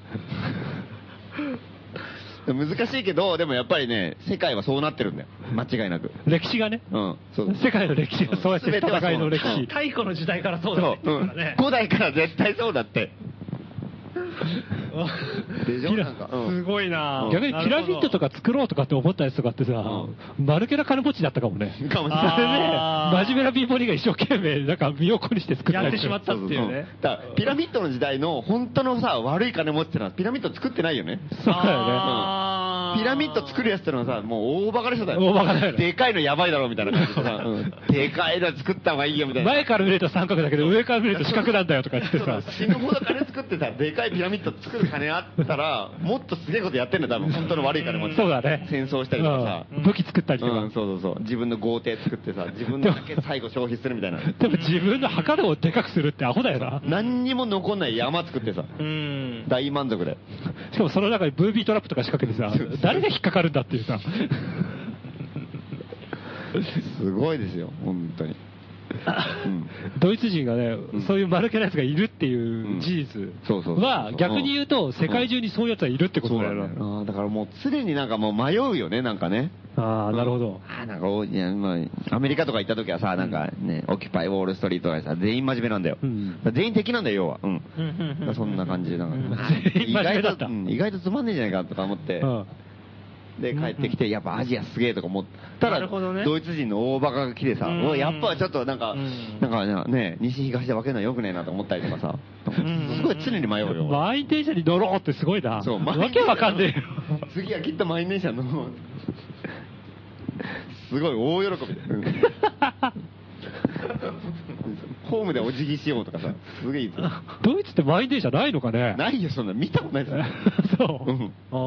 難しいけど、でもやっぱりね、世界はそうなってるんだよ。間違いなく。 歴史がね。 うん。 そう。世界の歴史がそうやって戦いの歴史。 太古の時代からそうだったからね。 古代から絶対そうだって。でしょなんか、 うん、すごいな逆にピラミッドとか作ろうとかって思ったやつとかってさ、うん、丸けな金持ちだったかもね。 かもしれないね。真面目な貧乏人が一生懸命、なんか身を粉にして作ったやってしまったっていうね。 だからピラミッドの時代の本当のさ、悪い金持ちってのはピラミッド作ってないよね。 そうだよね。 ピラミッド作るやつってのはさ、もう大バカな人だよ。 大バカだよ。 でかいのやばいだろみたいな感じでさ、うん、でかいの作った方がいいよみたいな。 前から見ると三角だけど、上から見ると四角なんだよとか言ってさ。 死ぬほど金作ってさ、でかいピラミッド作る金あったら、もっとすげえことやってんだよ、多分。本当の悪い金持ち。 そうだね。 戦争したりとかさ。 武器作ったりとか。 うん、そうそうそう。自分の豪邸作ってさ、自分だけ最後消費するみたいな。 でも自分の墓でもでかくするってアホだよな。 何にも残んない山作ってさ。うん。大満足で。 しかもその中にブービートラップとか仕掛けてさ、誰が引っかかるんだっていうさ。 すごいですよ、本当に。 うん、ドイツ人がね、うん、そういう間抜けなやつがいるっていう事実は、逆に言うと、世界中にそういうやつはいるってことだよね。 うん、だからもう常になんかもう迷うよね、なんかね。 ああ、なるほど。 あなんかいや、まあ、アメリカとか行った時はさ、なんかね、オキュパイウォールストリートとかさ、全員真面目なんだよ。うん、全員敵なんだよ、要は。うん。そんな感じで、なんか、意外と、意外とつまんねえじゃないかとか思って。うんで帰ってきて、やっぱアジアすげえとか思ったら、 なるほどねドイツ人の大バカが来てさ、 うんもうやっぱちょっとなんか、なんかね、西東で分けるのはよくねえなと思ったりとかさ、すごい常に迷うよ。 満員電車に乗ろうってすごいな。 そう、 わけわかんねえよ。 次はきっと満員電車の、すごい大喜びで。うんホームでお辞儀しようとかさ、すげえいいぞ。 ドイツって満員電車ないのかね？ ないよ、そんな。見たことないですよ。 そう。 うん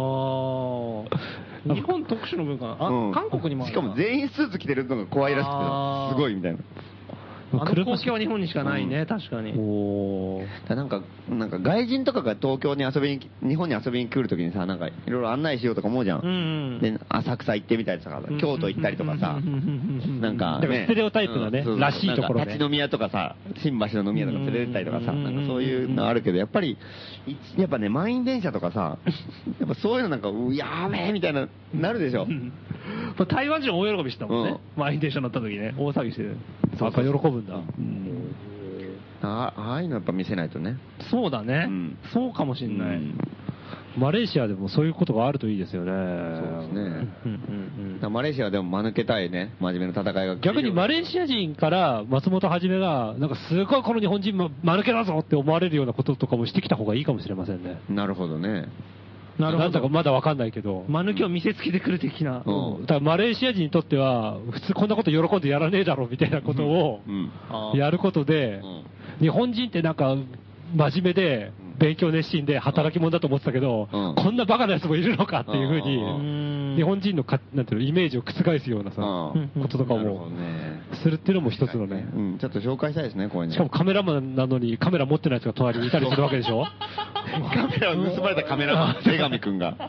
ああ。日本特殊の文化、あ、 うん韓国にもあるしかも全員スーツ着てるのが怖いらしくてあーさ、すごいみたいな。 あの光景は日本にしかないね、 うん確かに。 おー。 だなんか、なんか外人とかが東京に遊びに、日本に遊びに来るときにさ、なんかいろいろ案内しようとか思うじゃん。 うんうんで、浅草行ってみたりとか、京都行ったりとかさ、なんか、 だからステレオタイプなねうんそうそうらしいところねなんか立ち飲み屋とかさ、新橋の飲み屋とか連れてったりとかさ、 うんなんかそういうのあるけど、やっぱり、いやっぱね、満員電車とかさ、やっぱそういうのなんか、うやべえみたいな、なるでしょ。 まあ台湾人大喜びしてたもんね、満員電車乗った時ね、大騒ぎしてる。 やっぱ喜ぶんだ。 あああいうのやっぱ見せないとね。 そうだね、 うんそうかもしんない。 うんマレーシアでもそういうことがあるといいですよね。 そうですね。 うんうんだからマレーシアはでも間抜けたいね、真面目な戦いが。 逆にマレーシア人から松本はじめが、なんかすごいこの日本人ま間抜けだぞって思われるようなこととかもしてきた方がいいかもしれませんね。 なるほどね。 なるほどんだかまだわかんないけど。 間抜けを見せつけてくる的な。 うんだからマレーシア人にとっては、普通こんなこと喜んでやらねえだろみたいなことをうん。 あーやることで、日本人ってなんか真面目で、勉強熱心で働き者だと思ってたけど、 うんこんなバカな奴もいるのかっていうふううに、 ん日本人のかなんていうのイメージを覆すようなさ、 うんこととかなるほどもね。 するっていうのも一つのね。 うん、ちょっと紹介したいですね、こういうの。 しかもカメラマンなのにカメラ持ってない人が隣にいたりするわけでしょカメラを盗まれたカメラマン、女神くんが。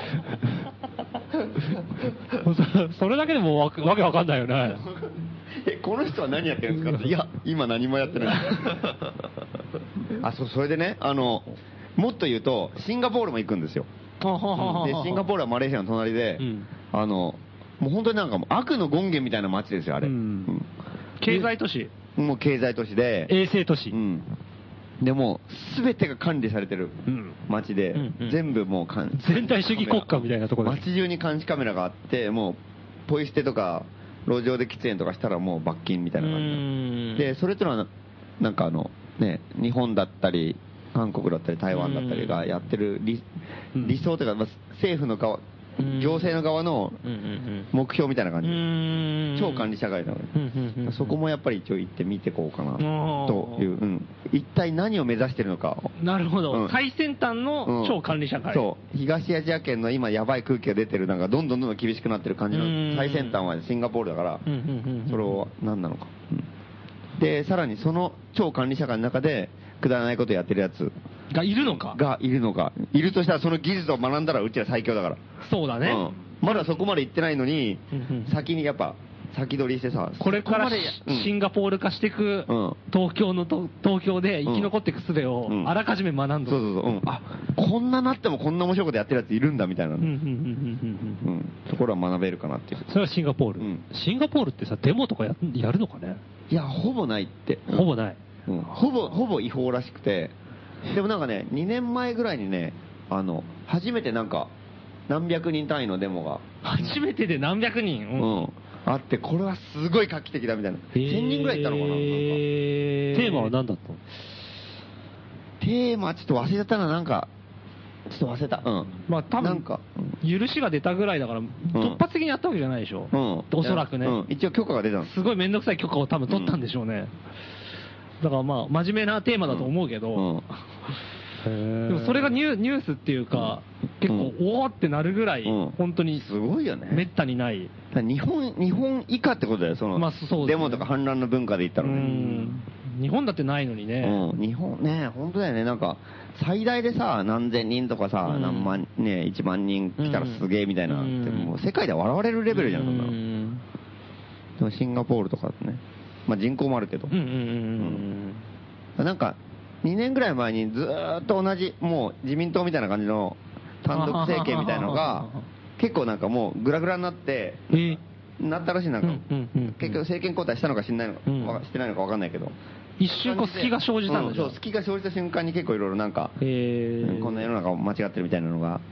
そそれだけでもわわけわかんないよね。 え、この人は何やってるんですかって。いや、今何もやってない。あ、そう、それでね、あの、もっと言うと、シンガポールも行くんですよ。で、シンガポールはマレーシアの隣で、 うんあの、もう本当になんかもう悪の権限みたいな街ですよ、あれ。 うん経済都市。 うんもう経済都市で、 衛星都市う。ん。でもう、すべてが管理されてるうん街で、 うんうん全部もうかん全体主義国家みたいなところで街中に監視カメラがあって、もう、ポイ捨てとか、路上で喫煙とかしたらもう罰金みたいな感じ。で、それってのはな、なんかあの、ね、日本だったり、韓国だったり、台湾だったりがやってる理,、 うん理想というか、まあ政府の側、 うん行政の側のうんうん目標みたいな感うじ。 ん。 超管理社会なので、 うんうんうんそこもやっぱり一応行ってみてこうかなうんという、うん、一体何を目指してるのかを。 なるほど、 うん最先端の超管理社会。 そう。東アジア圏の今やばい空気が出てる、なんかどんどんどんどん厳しくなってる感じうんの最先端はシンガポールだからうんうんうんうん、 それを何なのか。うんで、さらにその超管理社会の中で、くだらないことやってるやつがいるのか。 がいるのか。いるとしたらその技術を学んだらうちら最強だから。 そうだね。 うんまだそこまで行ってないのにうんうん、 先にやっぱ、先取りしてさ、 これからそこまでうんシンガポール化していくうん東京のと東京で生き残っていく術をうんあらかじめ学んどる。 そうそうそう、うん、あこんななってもこんな面白いことやってるやついるんだみたいな、 うんうんうんうんうん、ところは学べるかなっていう。 それはシンガポール。 うんシンガポールってさ、デモとかややるのかね？ いや、ほぼないって。 ほぼない。 うんほぼ、ほぼ違法らしくて、でもなんかね、にねんまえぐらいにね、あの、初めてなんか、何百人単位のデモが、 初めてで何百人。 ううんん、あって、これはすごい画期的だみたいな。せんにんぐらい行ったのかな、なんか。 えテーマは何だったの？ テーマちょっと忘れちゃったな、なんか、ちょっと忘れた。うん。 まあ多分なんか、 許しが出たぐらいだから、突発的にやったわけじゃないでしょ。 うん。 おそらくね、 うん、一応許可が出たんです。 すごい面倒くさい許可を多分取ったんでしょうね。だからまあ、真面目なテーマだと思うけど、 うんでもそれがニュニュースっていうか、結構、おーってなるぐらい、 うん本当にすごいよね。 めったにない。 だから日本、日本以下ってことだよ、その、 まあそうですねデモとか反乱の文化で言ったうらね。 ん。日本だってないのにね。 うん、日本ね、本当だよね、なんか、最大でさ、何千人とかさ、 うん何万、ね、いちまん人来たらすげえみたいな、 うんってもう世界で笑われるレベルじゃん、そんなの。 うんでもシンガポールとかだとね、まあ人口もあるけど、 うんうんうんなんか、にねんぐらい前にずーっと同じ、もう自民党みたいな感じの単独政権みたいなのが、結構なんかもうグラグラになって、 うん。えなったらしい、なんか、 うんうんうん結局政権交代したのかしないのか、 うんわしてないのかわかんないけど、 一瞬こう隙が生じたんでしょ。 うんそう、隙が生じた瞬間に結構いろいろなんか、 えーこんな世の中間違ってるみたいなのが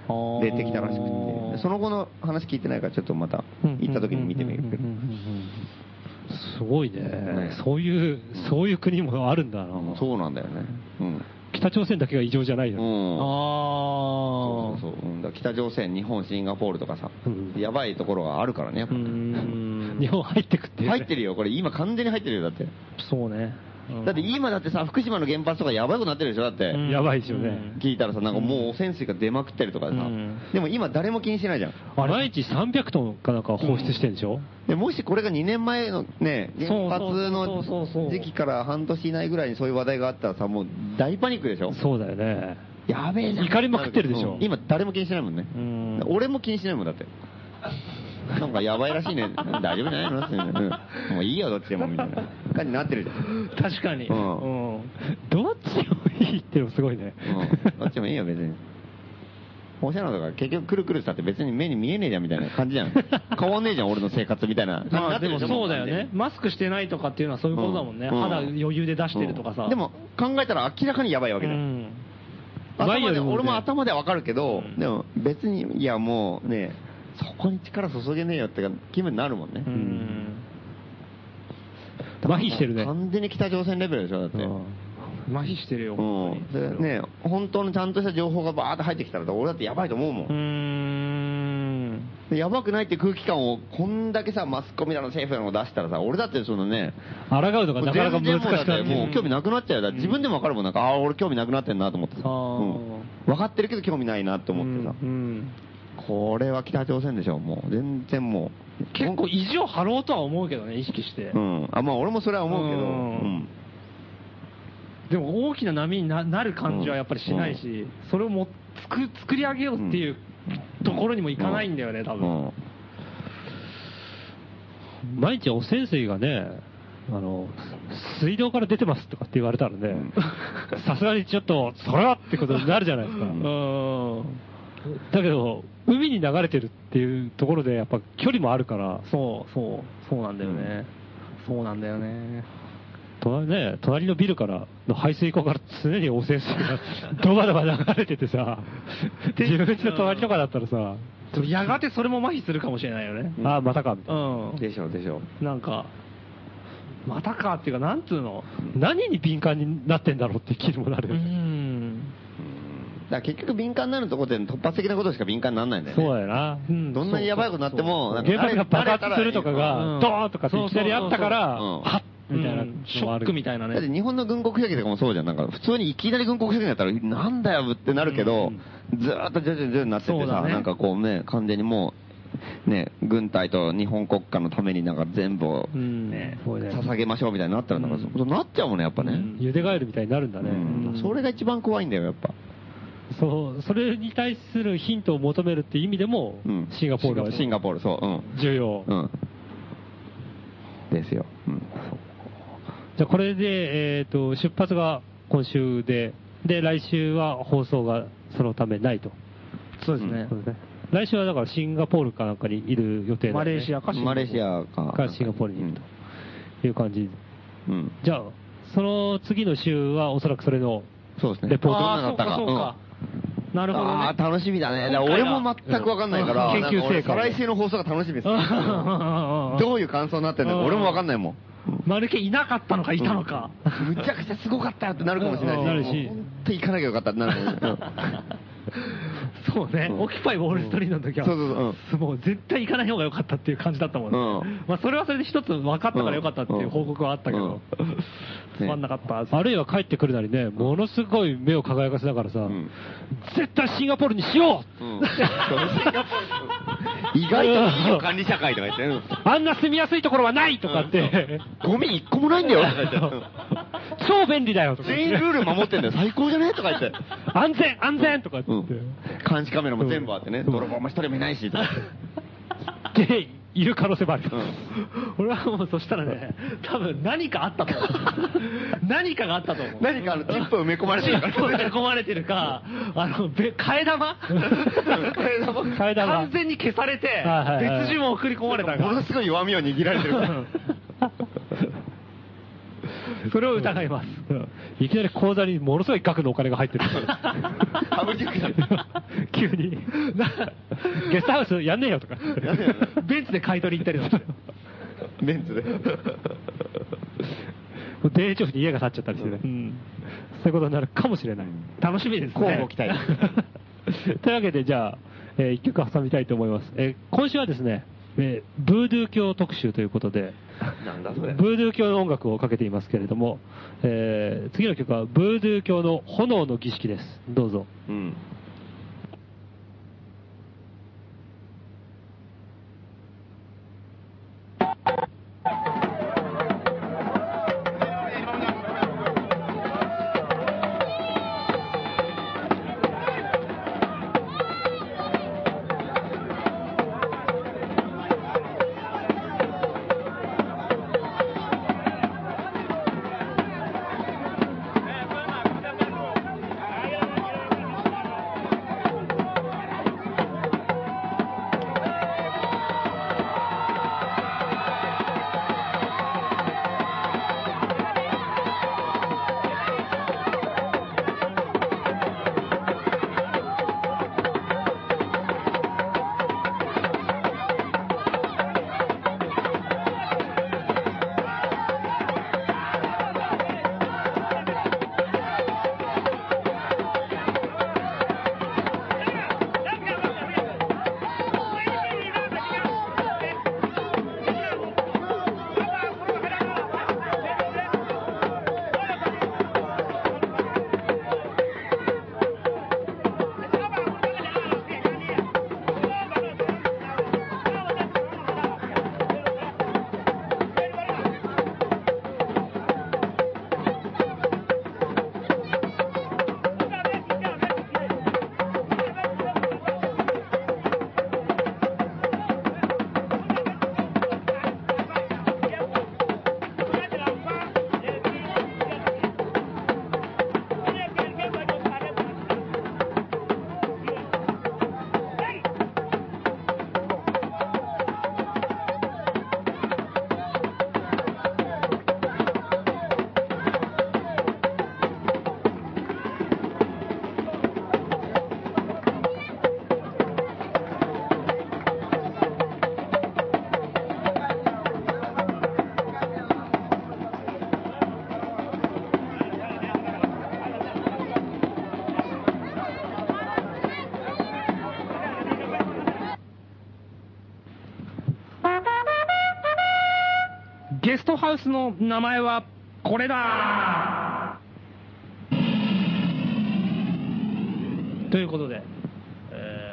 出てきたらしくて、その後の話聞いてないからちょっとまた行った時に見てみるけど。 すごいね、ね、そういうそういう国もあるんだな、うん、 そうなんだよね、うん、 北朝鮮だけが異常じゃないよ、 うん、 ああそうそうそう、うん、だ北朝鮮、日本、シンガポールとかさ、うん、やばいところがあるからね、やっぱ日本入ってくって、ね、 入ってるよ、これ今完全に入ってるよ、だってそうね、 だって今だってさ、福島の原発とかやばくなってるでしょ、だって。 やばいですよね。 聞いたらさ、なんかもう汚染水が出まくってるとかさ。でも今誰も気にしてないじゃん。 毎日さんびゃくトンかなんか放出してるんでしょ、 でもしこれがにねんまえのね、原発の時期から半年以内ぐらいにそういう話題があったらさ、もう大パニックでしょ。 そうだよね。 やべえじゃん。 怒りまくってるでしょ。 今誰も気にしてないもんね。俺も気にしてないもんだって。なんかやばいらしいね。大丈夫じゃないのって、うん、もういいよ、どっちでも、みたいな感じになってるじゃん。 確かに。うん。 うん、どっちでもいいっていうのすごいね。 うん。どっちでもいいよ、別に。おしゃれなとか結局くるくるしたって別に目に見えねえじゃんみたいな感じじゃん。変わんねえじゃん、俺の生活みたいな。 まあでもそうだよね。マスクしてないとかっていうのはそういうことだもんね。うん、肌余裕で出してるとかさ、うん。 でも考えたら明らかにやばいわけだよ。うん、頭で俺も頭でわかるけど、うん、でも別に、いやもうね、そこに力注げねえよって気分になるもんね。うん。 麻痺してるね。 完全に北朝鮮レベルでしょ、だって。うん、 麻痺してるよ、 本当に。うん、でね、本当のちゃんとした情報がバーって入ってきたら、俺だってやばいと思うもん。うーん。やばくないって空気感をこんだけさ、マスコミだの政府だの出したらさ、俺だってそのね、 抗うとかなかなか難しくなって、 もう興味なくなっちゃうよ。だ自分でもわかるもん、なんか、ああ、俺興味なくなってんなと思ってさ。うん。分かってるけど興味ないなって思ってさ。うん。うんこれは北朝鮮でしょ、もう。全然もう。結構意地を張ろうとは思うけどね、意識して。 うん。あ、まあ俺もそれは思うけど。うん。 でも大きな波に な, なる感じはやっぱりしないし、うん、それをも作作り上げようっていうところにもいかないんだよね、多分。うんうん、 毎日汚染水がね、あの、水道から出てますとかって言われたらね、さすがにちょっと、それはってことになるじゃないですか。うんだけど、海に流れてるっていうところで、やっぱ距離もあるから。 そう、そう、そうなんだよね。うん、そうなんだよね。 隣ね、隣のビルからの排水溝から常に汚染水がドバドバ流れててさ、自分家の隣とかだったらさ、 やがてそれも麻痺するかもしれないよね。 ああ、またかみたいな。 うん。でしょう、でしょう。なんか、またかっていうか、なんつうの。 何に敏感になってんだろうって気にもなる。うん。 だから結局敏感になるところで突発的なことしか敏感にならないんだよね。 そうだよな。 うん、どんなにやばいことになっても、 原発が爆発するとかが、ドーンとかっていきなりあったから、はっみたいな、 ショックみたいなね。 だって日本の軍国主義とかもそうじゃん。なんか普通にいきなり軍国主義だったら、なんだよってなるけど、ずーっと徐々に徐々になっててさ、なんかこうね、完全にもう、ね、軍隊と日本国家のためになんか全部を、ね、捧げましょうみたいになったら、なんかそうなっちゃうもんね、やっぱね。 ゆでガエルみたいになるんだね。 それが一番怖いんだよ、やっぱ。 そう、それに対するヒントを求めるっていう意味でも、うん、シンガポールはシンガポール、そう、うん、 重要、うん。 ですよ。うん、 じゃあこれで、えっ、ー、と、出発が今週で、で、来週は放送がそのためないと。 そうですね。うん、そうですね。 来週はだからシンガポールかなんかにいる予定だ、ね、 マレーシアかシンガポール。 マレーシアか。 かシンガポールにいるという感じ。うん、じゃあ、その次の週はおそらくそれのそうですね。 レポートがなったか。そうか、そうか。なるほど、ね。 ああ、楽しみだね。だ俺も全くわかんないから、 研究成果。 再来週の放送が楽しみです。どういう感想になってるのか俺もわかんないもん。 マルケいなかったのかいたのか。 むちゃくちゃすごかったよってなるかもしれないし。なるし。本当に行かなきゃよかったってなるかもしれない。 そうね、オキュパイウォールストリートの時は、そうそうそう、もう絶対行かない方が良かったっていう感じだったもんね。うん、まあそれはそれで一つ分かったから良かったっていう報告はあったけど、つまんなかった。 あるいは帰ってくるなりね、ものすごい目を輝かせながらさ、うん、絶対シンガポールにしよう、うん、 意外といいよ管理社会とか言って、うん、 あんな住みやすいところはないとかって、 ゴミ一個もないんだよとか言って。 超便利だよとか全員ルール守ってんだよ、最高じゃねとか言って。 安全安全とか言って、うん、 監視カメラも全部あってね、泥棒も一人もいないしとかって。で、いる可能性もある。うん、 俺はもうそしたらね、多分何かあったと思う。何かがあったと思う。 何かあのチップ埋め込まれてるか。 チップ埋め込まれてるか、あの、べ替え玉替え玉替え玉完全に消されて、別人も送り込まれたか。 ものすごい弱みを握られてるから。 それを疑います。いきなり口座にものすごい額のお金が入ってる。 ハブ塾だ。 急に。ゲストハウスやんねえよとか。ベンツで買い取り行ったりとか。 ベンツで。 田園調布に家が建っちゃったりしてね。うん、そういうことになるかもしれない。楽しみですね。 交互期待。 というわけで、じゃあ、えー、一曲挟みたいと思います。えー、今週はですね、えー、ブードゥー教特集ということで、 なんだそれ。 ブードゥー教の音楽をかけていますけれども、えー、次の曲はブードゥー教の炎の儀式です。どうぞ。うん。 ゲストハウスの名前はこれだということで、え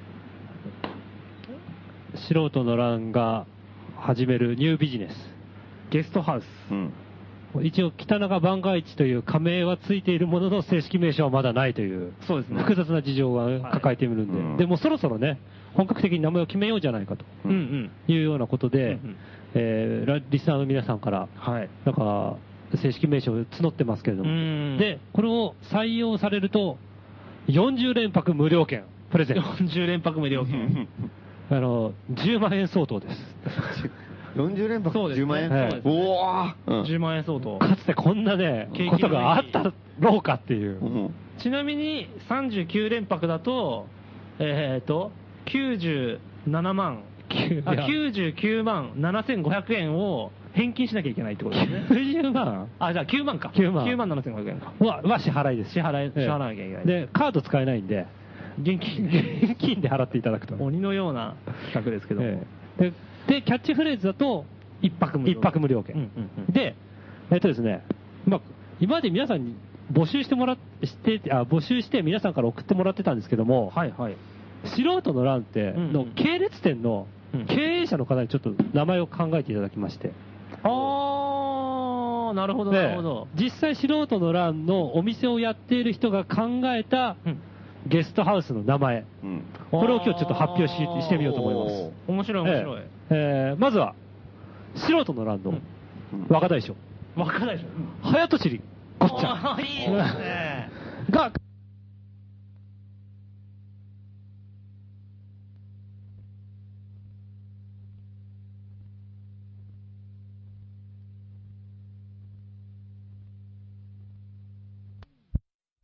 ー、素人の乱が始めるニュービジネスゲストハウス、うん、 一応北中万が一という仮名はついているものの正式名称はまだないという、そうですね、複雑な事情が抱えているんで、はい、でもそろそろね本格的に名前を決めようじゃないかというようなことで、うんうんえー、リスナーの皆さんから、はい、なんか正式名称を募ってますけれども、でこれを採用されるとよんじゅう連泊無料券プレゼント。 よんじゅう連泊無料券あのじゅうまんえん相当です。 よんじゅう連泊そうです、ね、 じゅうまん円、 はい、 おお、うん、じゅうまんえん相当。 かつてこんなねことがあったろうかっていう、うん、 ちなみにさんじゅうきゅう連泊だとえー、っときゅうじゅうななまんあきゅうじゅうきゅうまんななせんごひゃくえんを返金しなきゃいけないってことですね。 きゅうじゅうまんあ、じゃあきゅうまんか。 きゅうまん。 きゅうまんななせんごひゃくえんか。 は、は支払いです。 支払い、支払わなきゃいけない。 で、カード使えないんで、 現金、 現金で払っていただくと。 鬼のような企画ですけども。ええ、で、で、キャッチフレーズだと、 一泊無料。 一泊無料券。うんうんうん、で、えっとですね、まあ、今まで皆さんに募集してもらって、あ、募集して皆さんから送ってもらってたんですけども、 はいはい。 素人の欄っての系列店の経営者の方にちょっと名前を考えていただきまして、 あー、なるほどなるほど。 実際素人の欄のお店をやっている人が考えたゲストハウスの名前、うん、これを今日ちょっと発表 し, してみようと思います。 面白い面白い。 えーえー、まずは素人の欄の若大将、 うん、若大将、 早とちりごっちゃんいいですねが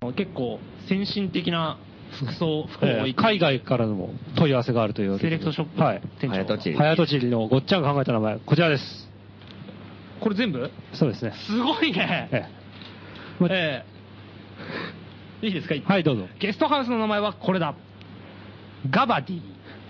結構先進的な服装、服を置いて、 海外からの問い合わせがあるというセレクトショップ、 はい。 店長が早とちりのごっちゃんが考えた名前、こちらです。 これ全部？ そうですね。 すごいね。ええ。ええ、いいですか？ はい、どうぞ。 ゲストハウスの名前はこれだ。ガバディ。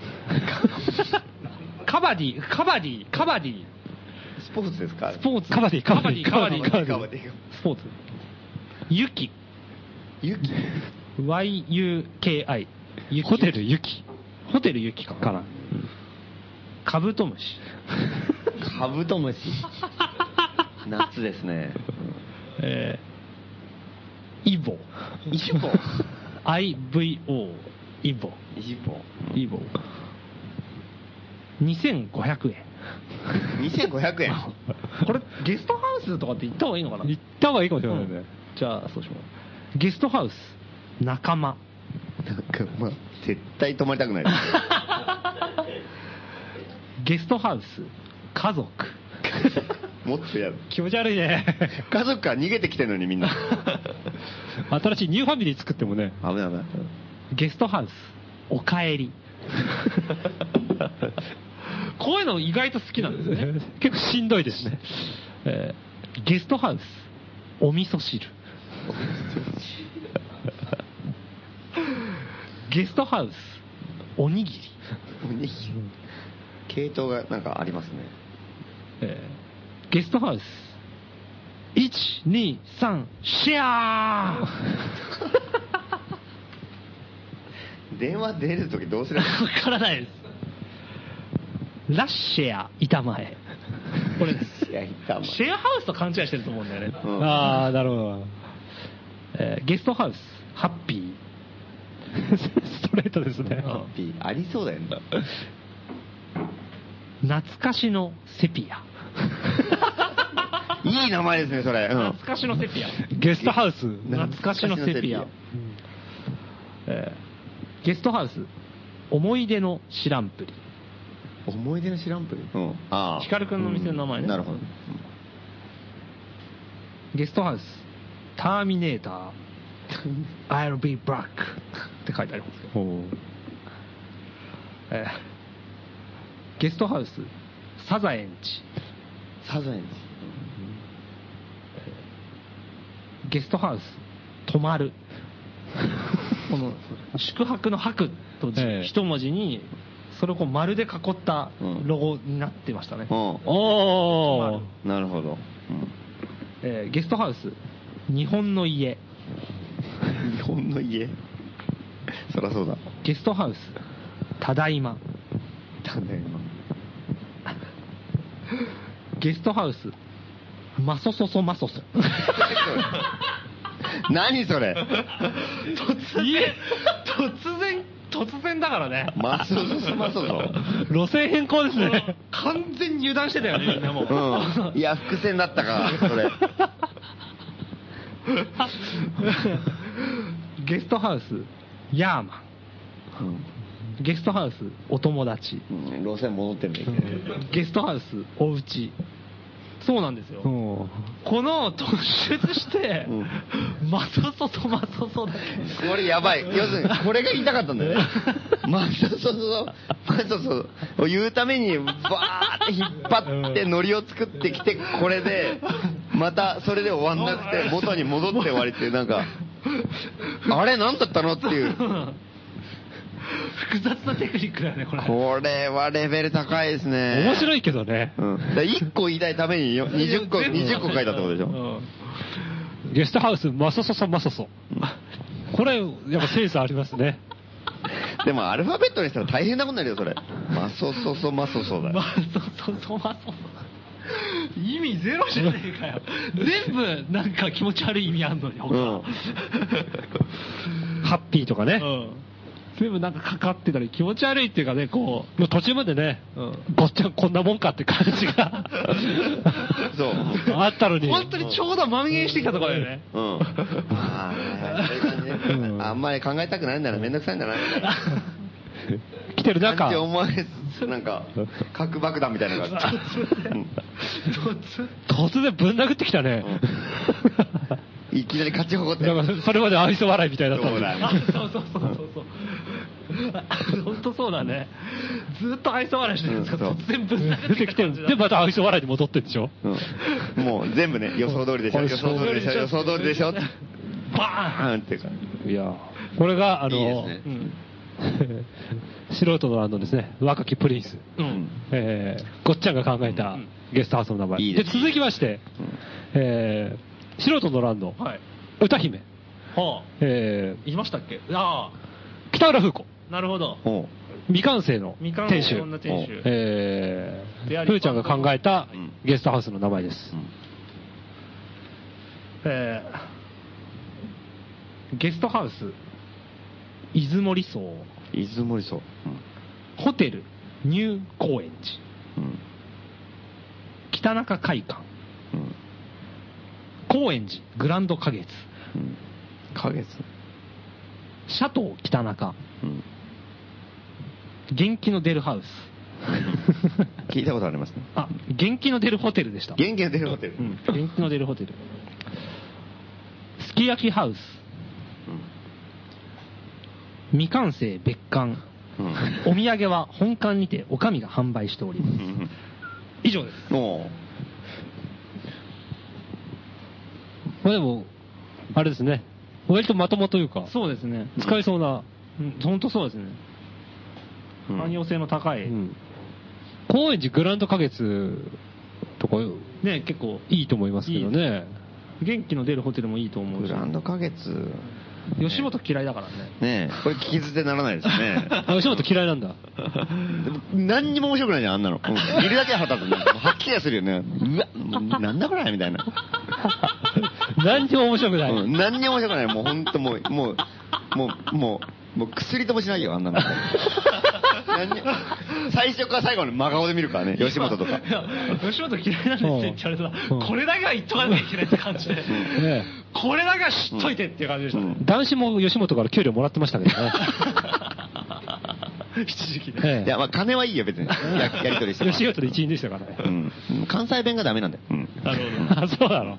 カバディ、カバディ、カバディ。 スポーツですか？ スポーツ。 カバディ、カバディ、 カバディ、カバディ、 カバディ。 スポーツ。ユキ。 ユキワイユーケーアイ。 ホテルユキ。 ホテルユキかな。カブトムシ。 カブトムシ。夏ですね。 えー、イボ。 イボ。 アイブイオー。イボ。 イボ。 イボ。にせんごひゃくえん。 にせんごひゃくえん。 これゲストハウスとかって言った方がいいのかな？ 言った方がいいかもしれないね。うん、 じゃあそうします。ゲストハウス仲間。 仲間。絶対泊まりたくない。 ゲストハウス家族。 もっとやる。 気持ち悪いね。 家族から逃げてきてるのにみんな。 新しいニューファミリー作ってもね。 危ない危ない。 ゲストハウスおかえり。こういうの意外と好きなんですね。 結構しんどいですね。 えー、ゲストハウスお味噌汁。ゲストハウスおにぎり。 おにぎり。系統がなんかありますね。 えー、ゲストハウスいち、に、さんシェア電話出るときどうすればいい？ わからないです。ラッシェア板前。これです。シェアハウスと勘違いしてると思うんだよね。 うん、ああ、なるほど。 えー、ゲストハウスハッピー。 ストレートですね。 ハッピーありそうだよね。 懐かしのセピア。 いい名前ですねそれ。うん、 懐かしのセピア。 ゲストハウス懐かしのセピア。えー、ゲストハウス思い出の知らんぷり。 思い出の知らんぷり。うん、 ああ。ヒカルくんの店の名前ね。 うん、なるほど。 ゲストハウスターミネーター。I'll be back って書いてありますけど。えー、ゲストハウスサザエンチ。 サザエンチ。 えー、ゲストハウス泊まる。この宿泊の泊と一文字にそれをこう丸で囲ったロゴになってましたね。 うん、おー、なるほど。うん、 えー、ゲストハウス日本の家。 日本の家。そりゃそうだ。 ゲストハウスただいま。 ただいま。 ゲストハウスマソソソマソソ。 何それ。 突然突然突然だからね。 マソソソマソソ。 路線変更ですね。 完全に油断してたよねみんなもう。 うん、いや伏線だったかそれ。 ゲストハウスヤーマン。うん、ゲストハウスお友達。 うん、路線戻ってるんだけど。 ゲストハウスおうち。そうなんですよ。うん、この突出して、うん、マソソソマソソだけ。 これやばい。要するにこれが言いたかったんだよね。マソソソマソソを言うためにバーって引っ張ってノリを作ってきて、これでまたそれで終わんなくて元に戻って終わりっていう、なんかあれ何だったのっていう。 複雑なテクニックだよねこれ。 これはレベル高いですね。 面白いけどね。 うん、いっこ言いたいためににじゅっこにじゅっこ書いたってことでしょ。うん、 ゲストハウスマソソソマソソ。これやっぱセンスありますね。 でもアルファベットにしたら大変なことになるよそれ。マソソソマソソだよ。 マソソソマソソ。意味ゼロじゃねえかよ。全部なんか気持ち悪い意味あんのに。うん、 ハッピーとかね。うん、 全部なんかかかってたり気持ち悪いっていうかね、こうもう途中までね、うん、坊ちゃんこんなもんかって感じがそうあったのに、 本当にちょうど蔓延してきたところだよね。うん、 ああ、うん、あんまり考えたくないんだらめんどくさいんだな来てる中って思われなんか核爆弾みたいなのが突突然ぶん殴ってきたね。 いきなり勝ち誇って。 だからそれまで愛想笑いみたいだったそうだね。 そうそうそうそうそう。本当そうだね。ずっと愛想笑いしてるんですけど、突然ぶっ出てきて、で、また愛想笑いに戻ってるでしょ。 うん、もう全部ね、予想通りでしょ、予想通りでしょ、予想通りでしょ。バーンってか。 いや、これが、あの、 いいですね。 うん素人のあのですね、若きプリンス、うんえー、ごっちゃんが考えたゲストハウスの名前。いいで, で続きまして、うんえー、素人のランド、はい、歌姫。はあえー、 いましたっけああ。 北浦風子。 なるほど。 未完成の店主。 店主えー、ふーちゃんが考えたゲストハウスの名前です。 うん、えー、ゲストハウス。出森荘。 出森荘、うん、 ホテルニュー高円寺、うん、北中会館、うん、高円寺グランド花月、うん、 花月シャトー北中、うん、元気の出るハウス聞いたことありますね。 あ、元気の出るホテルでした。 元気の出るホテル、 うん、元気の出るホテルすき焼きハウス、未完成別館、うん、お土産は本館にてお上が販売しております、うん、以上です。 おまあでもあれですね、割とまともというか、 そうですね、 使えそうな、 うん、本当そうですね、汎用性の高い、うん、 高円寺グランド花月とかね、結構いいと思いますけどね。 元気の出るホテルもいいと思うし、 グランド花月吉本嫌いだからね。 ねえ、これ聞き捨てならないですね。 吉本嫌いなんだ。 でも何にも面白くないじゃん、あんなの。うん、見るだけは腹立つね。はっきりはするよね。うわ、なんだこれみたいな。 何にも面白くない。 うん、何にも面白くない。もう本当もう、もう、もう、もう、もう薬ともしないよ、あんなの。最初から最後まで真顔で見るからね、吉本とか。 吉本嫌いなんですって言っちゃうと、これだけは言っとかなきゃいけないって感じで、これだけは知っといてっていう感じでしたね。 男子も吉本から給料もらってましたけどね。 一時期ね。 いや、まあ金はいいよ、別に。ややり取りして。 吉本の一員でしたからね。 うん。関西弁がダメなんだよ。うん。 なるほど。 あ、そうなの。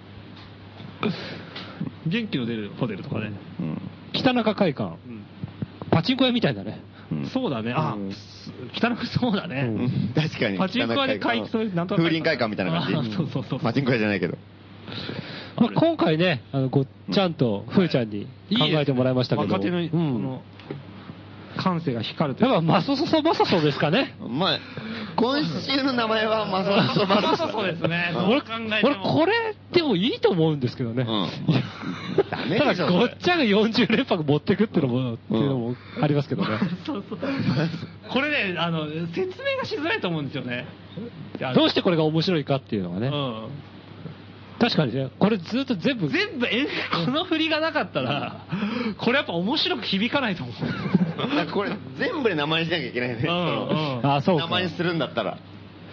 元気の出るホテルとかね。 うん。北中会館。パチンコ屋みたいだね。 そうだね。あ、北中そうだね。 確かに。 パチンコ屋で会館、 風鈴会館みたいな感じ。 そうそうそう。 パチンコ屋じゃないけど。 まあ、今回ね、あのごっちゃんとふーちゃんに考えてもらいましたけど、 若手の、うん、感性が光るというか。 やっぱマソソソマソソですかね。 まあ、今週の名前はマソソソマソソソですね。 俺俺これでもいいと思うんですけどね。うん、 ダメでしょ。 ただごっちゃんがよんじゅう連泊持ってくっていうのも、っていうのもありますけどね。 そうそう。これね、あの説明がしづらいと思うんですよね。 どうしてこれが面白いかっていうのがね。うん確かにね、これずっと全部全部えこの振りがなかったらこれやっぱ面白く響かないと思う。 なんかこれ全部で名前にしなきゃいけないね。うんうん、あそうか。 名前にするんだったら。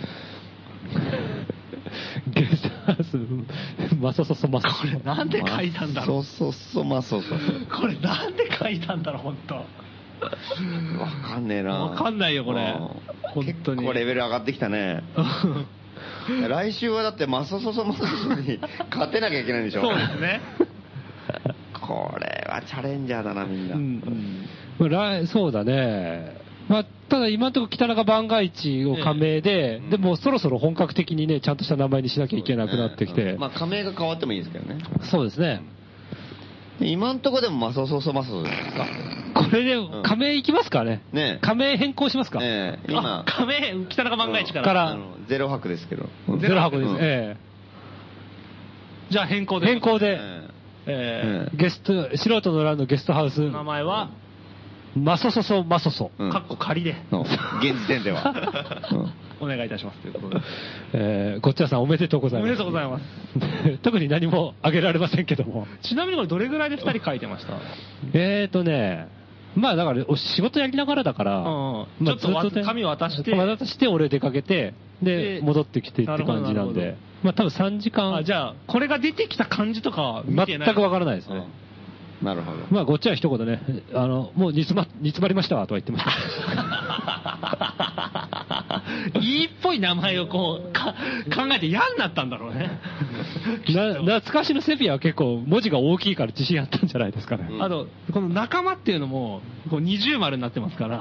ゲストハウスマソソソマソソ。 これなんで書いたんだろう。 そうそうそうマソソ。 これなんで書いたんだろう本当。 わかんねえな。 わかんないよこれ。 本当に。結構レベル上がってきたね。来週はだってマソソソマソソに勝てなきゃいけないんでしょ。 そうですね。 これはチャレンジャーだなみんな、うんうん、そうだね。まあ、ただ今のところ北中番外地を加盟で、ええ、でもそろそろ本格的にねちゃんとした名前にしなきゃいけなくなってきて、ねうん、まあ加盟が変わってもいいですけどね。 そうですね。 今んとこでもマソソソマソソですか。 これで加盟いきますかね。 ね加盟変更しますか。 ね今加盟北中万が一から。 からゼロ泊ですけど。 ゼロ泊です。ええ。 じゃあ変更で。 変更で。 ええゲスト素人の欄のゲストハウス。 名前はマソソソマソソ。 かっこ仮で。 現時点では。 お願いいたしますということで。 えー、ごっちゃんさんおめでとうございます。 おめでとうございます。 特に何もあげられませんけども。 ちなみにこれどれぐらいでふたり書いてました？ えーとね、まあだから仕事やりながらだから、うんうんまあ、ちょっと紙渡して、 渡して俺出かけて、で、戻ってきてって感じなんで、まあ多分さんじかん。 あ、じゃあ、これが出てきた感じとかは見てない？ 全くわからないですね。うんなるほど。 まあ、ごっちゃん一言ね、あの、もう煮詰ま、煮詰まりましたわとは言ってました。 いいっぽい名前をこうか考えて嫌になったんだろうね。 な懐かしのセピアは結構文字が大きいから自信あったんじゃないですかね。 うん、あと、この仲間っていうのも、こう二重丸になってますから、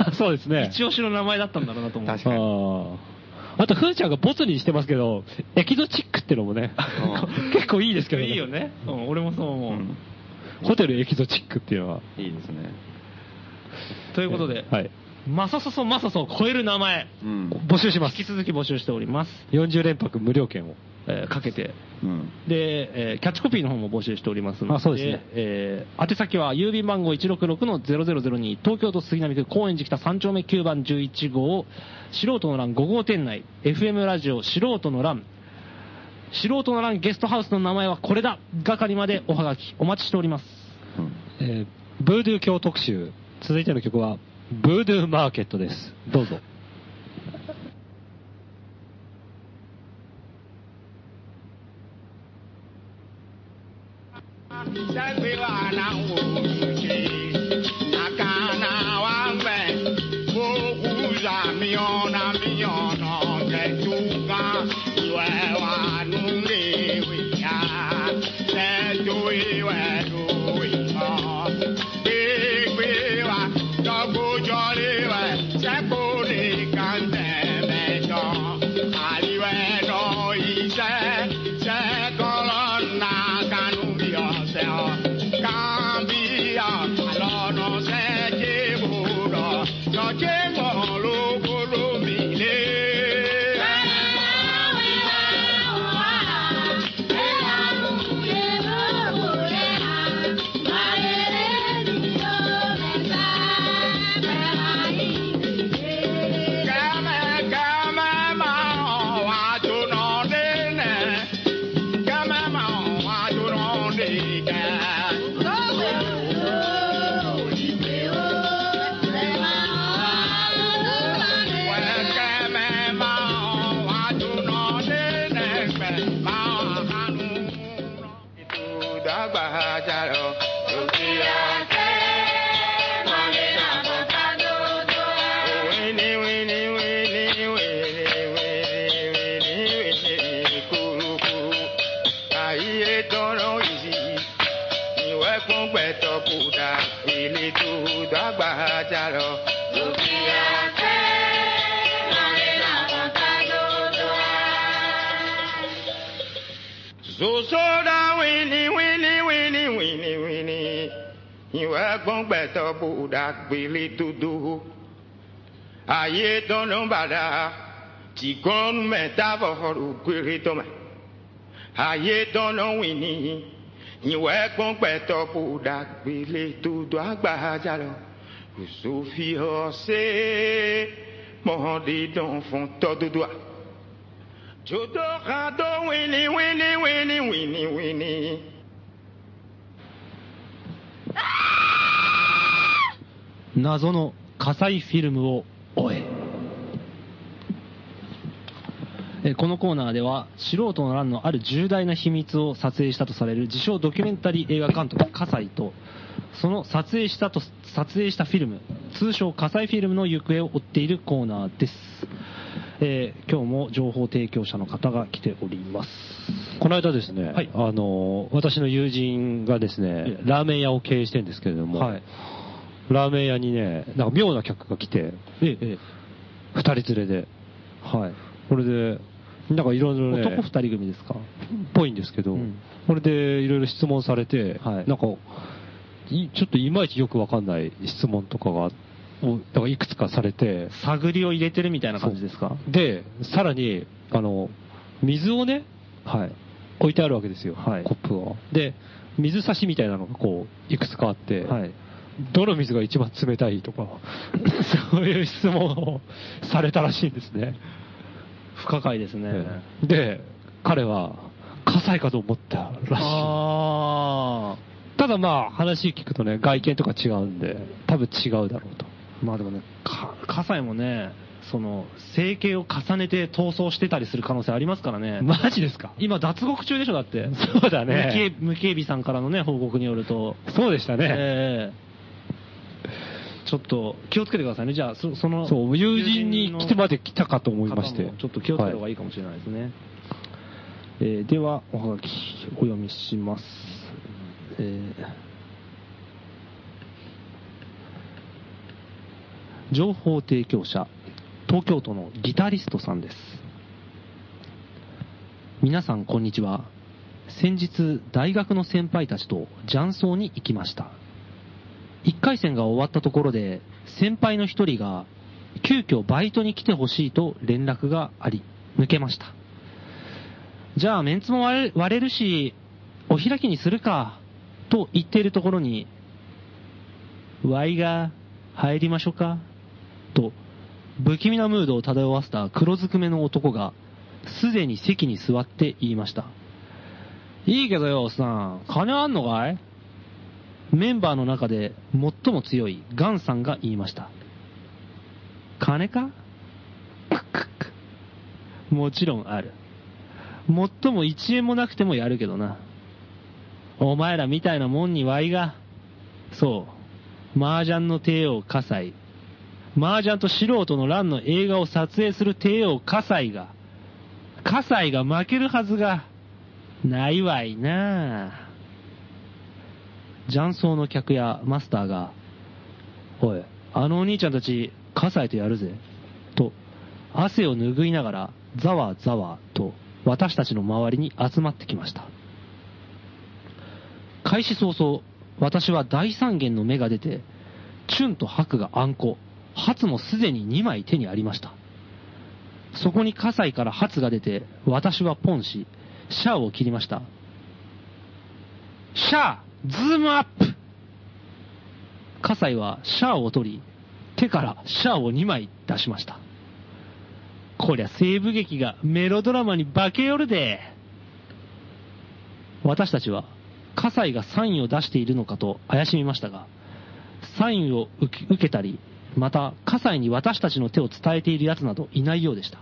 そうですね。 一押しの名前だったんだろうなと思う。確かに。 ああと、ふーちゃんがボツにしてますけど、エキゾチックってのもね、結構いいですけどね。 いいよね。うん、俺もそう思う、うん。 ホテルエキゾチックっていうのは。 いいですね。 ということで、 はい。 マサソソマサソを超える名前、 うん、募集します。 引き続き募集しております。 よんじゅう連泊無料券を、 えー、かけて、 うん、 で、えー、キャッチコピーの方も募集しておりますので、 あ、そうですね。 えー、宛先は郵便番号 いちろくろくのゼロゼロゼロに 東京都杉並区高円寺北さん丁目きゅうばんじゅういち号素人の欄ご号店内 エフエム ラジオ素人の欄素人の欄ゲストハウスの名前はこれだ係までおはがきお待ちしております。 うん、えー、ブードゥー教特集、続いての曲はブードゥーマーケットです。どうぞ。 Gbẹ̀tọ̀ bùdà gbélé dúdú. Ayé tọ́nà bàdà tí kọ́nù mẹ́ta fọ́fọ́rù gbélé tọ́mà. Ayé tọ́nà wìní ìwẹ́ gbọ́n gbẹ̀tọ̀ bùdà gbélé dúdú àgbàjà lọ. Kùsùfì ọ̀sẹ̀ mọ̀ọ́dé dán fún tọ́dúdú à. Jòdò kàdó wìní wìní wìní wìní wìní. 謎の火災フィルムを終え。このコーナーでは素人の欄のある重大な秘密を撮影したとされる自称ドキュメンタリー映画監督葛西とその撮影したと撮影したフィルム通称葛西フィルムの行方を追っているコーナーです。えー、今日も情報提供者の方が来ております。 この間ですね、はい、あの私の友人がですねラーメン屋を経営してるんですけれども、はい、ラーメン屋にね、なんか妙な客が来て、ええ、二人連れで、はい。これで、なんかいろいろね、 男二人組ですか？ っぽいんですけど、うん、これでいろいろ質問されて、はい、なんか、いちょっといまいちよくわかんない質問とかが、なんかいくつかされて、 探りを入れてるみたいな感じですか？ で、さらに、あの、水をね、はい、置いてあるわけですよ、はい、コップを。で、水差しみたいなのがこう、いくつかあって、はい、どの水が一番冷たいとか、そういう質問をされたらしいんですね。 不可解ですね。 で、彼は、火災かと思ったらしい。あただまあ、話聞くとね、外見とか違うんで、多分違うだろうと。 まあでもね、火災もね、その、整形を重ねて逃走してたりする可能性ありますからね。 マジですか？ 今、脱獄中でしょ、だって。 そうだね。 無警備さんからのね、報告によると。 そうでしたね。えちょっと気をつけてくださいね。じゃあ、そその、 そう、友人に来てまで来たかと思いまして。 ちょっと気をつけた方がいいかもしれないですね。はい、えー、では、おはがきお読みします。えー、情報提供者、東京都のギタリストさんです。皆さんこんにちは。先日大学の先輩たちと雀荘に行きました。いっかい戦が終わったところで先輩の一人が急遽バイトに来てほしいと連絡があり抜けました。じゃあメンツも割れ、割れるしお開きにするかと言っているところに、ワイが入りましょうかと不気味なムードを漂わせた黒ずくめの男がすでに席に座って言いました。いいけどよ、おっさん、金あんのかい？メンバーの中で最も強いガンさんが言いました。金か？もちろんある。もっとも一円もなくてもやるけどな。お前らみたいなもんにワイが、そう、麻雀の帝王葛西、麻雀と素人の乱の映画を撮影する帝王葛西が、葛西が負けるはずがないわいな。雀荘の客やマスターが、おい、あのお兄ちゃんたち葛西とやるぜと汗を拭いながらざわざわと私たちの周りに集まってきました。開始早々、私は大三元の芽が出て、チュンと白があんこ、初もすでににまい手にありました。そこに葛西から初が出て、私はポンし、シャアを切りました。シャア、ズームアップ。葛西はシャアを取り、手からシャアをにまい出しました。こりゃ西部劇がメロドラマに化けよるで。私たちは葛西がサインを出しているのかと怪しみましたが、サインを受け、受けたり、また葛西に私たちの手を伝えている奴などいないようでした。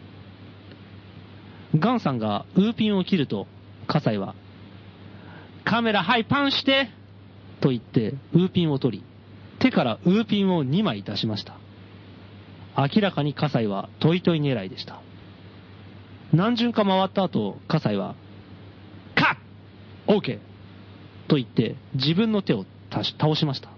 ガンさんがウーピンを切ると、葛西はカメラはいパンしてと言ってウーピンを取り、手からウーピンをにまい出しました。明らかに葛西はトイトイ狙いでした。何巡か回った後、葛西はカッ OK と言って自分の手を倒しました。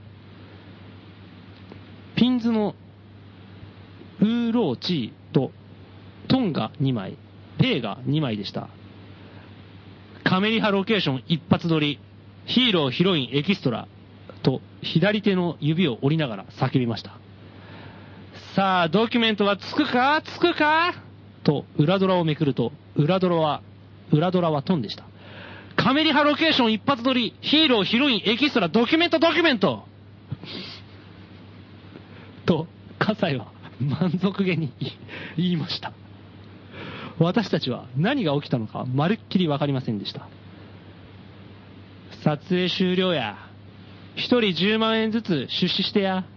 ピンズのウーローチーとトンがにまい、ペイがにまいでした。カメリハロケーション一発撮り、ヒーローヒロインエキストラと左手の指を折りながら叫びました。さあ、ドキュメントはつくかつくかと裏ドラをめくると、裏ドラは、裏ドラはトンでした。カメリハロケーション一発撮り、ヒーローヒロインエキストラドキュメントドキュメントと、葛西は満足げに言いました。私たちは何が起きたのかまるっきりわかりませんでした。撮影終了や。一人じゅうまんえんずつ出資してや。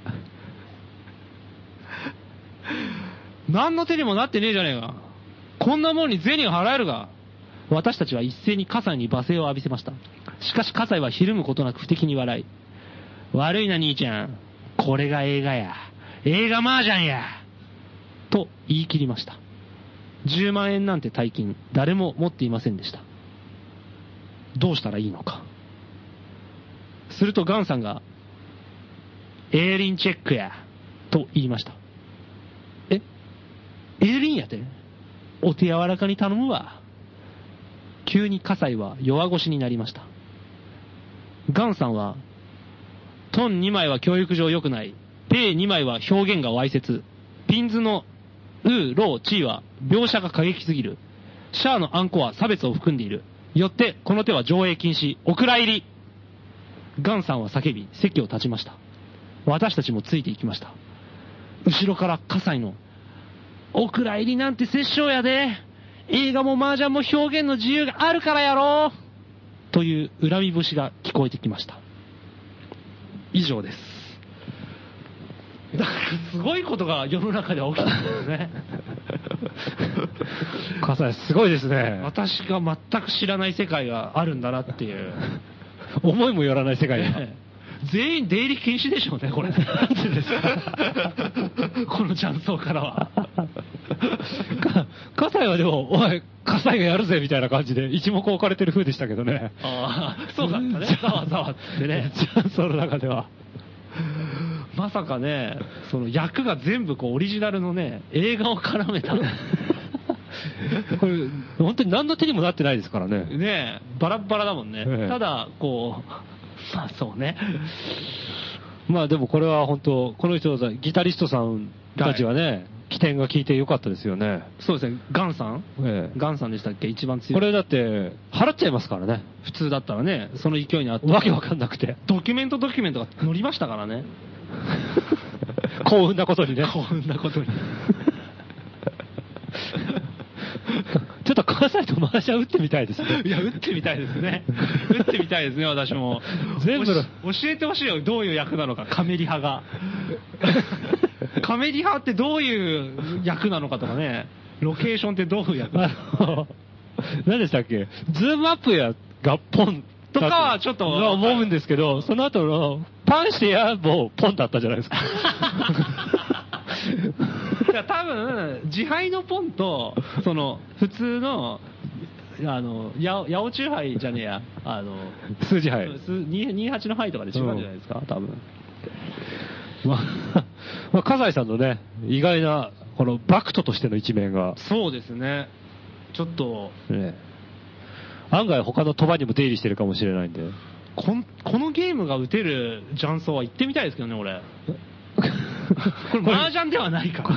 何の手にもなってねえじゃねえか。こんなもんに銭を払えるが。私たちは一斉に葛西に罵声を浴びせました。しかし葛西はひるむことなく不敵に笑い、悪いな兄ちゃん、これが映画や、映画麻雀やと言い切りました。じゅうまんえんなんて大金誰も持っていませんでした。どうしたらいいのか。するとガンさんがエーリンチェックやと言いました。え、エーリンやて、お手柔らかに頼むわ。急に葛西は弱腰になりました。ガンさんはトンにまいは教育上良くない、ペイにまいは表現がわいせつ、ピンズのウーローチーは描写が過激すぎる、シャアのアンコは差別を含んでいる、よってこの手は上映禁止、お蔵入り。ガンさんは叫び席を立ちました。私たちもついていきました。後ろから葛西のお蔵入りなんて殺生やで、映画も麻雀も表現の自由があるからやろという恨み節が聞こえてきました。以上です。だからすごいことが世の中で起きたんですね。 葛西すごいですね。 私が全く知らない世界があるんだなっていう。 思いもよらない世界が。 全員出入り禁止でしょうね、これ。なんでですかこの雀荘からは。 葛西はでも、おい、葛西がやるぜみたいな感じで一目置かれてる風でしたけどね。 ああ、そうだったね。ざわざわってね。 雀荘の中では。 まさかね、その役が全部こうオリジナルのね、映画を絡めた。 これ、本当に何の手にもなってないですからね。 ねえ、バラッバラだもんね。 ええ、 ただ、こう、まあそうね。 まあでもこれは本当、この人、ギタリストさんたちはね、はい、起点が効いてよかったですよね。 そうですね、ガンさん、 ええ、 ガンさんでしたっけ、一番強い。 これだって、払っちゃいますからね。 普通だったらね、その勢いにあって。 わけわかんなくて。 ドキュメントドキュメントが乗りましたからね。 幸運なことにね。 幸運なことに。 ちょっと葛西とマージャン打ってみたいですね。 いや、打ってみたいですね。打ってみたいですね、私も。 全部教えてほしいよ、どういう役なのか、カメリ派が。カメリ派ってどういう役なのかとかね、ロケーションってどういう役なのか。 何でしたっけ、ズームアップやがポンとかはちょっと思うんですけど、その後のパンしてやもうポンだったじゃないですか。 いや多分自敗のポンとその普通のあのや八百中杯じゃねえや、あの数字杯にじゅうはちの杯とかで違うんじゃないですか、うん、多分。 まあ、まあ、葛西さんのね意外なこのバクトとしての一面が、 そうですね、ちょっと、 ね、案外他の賭場にも出入りしてるかもしれないんで、 こんこのゲームが打てる雀荘は行ってみたいですけどね、俺。これ麻雀ではないから。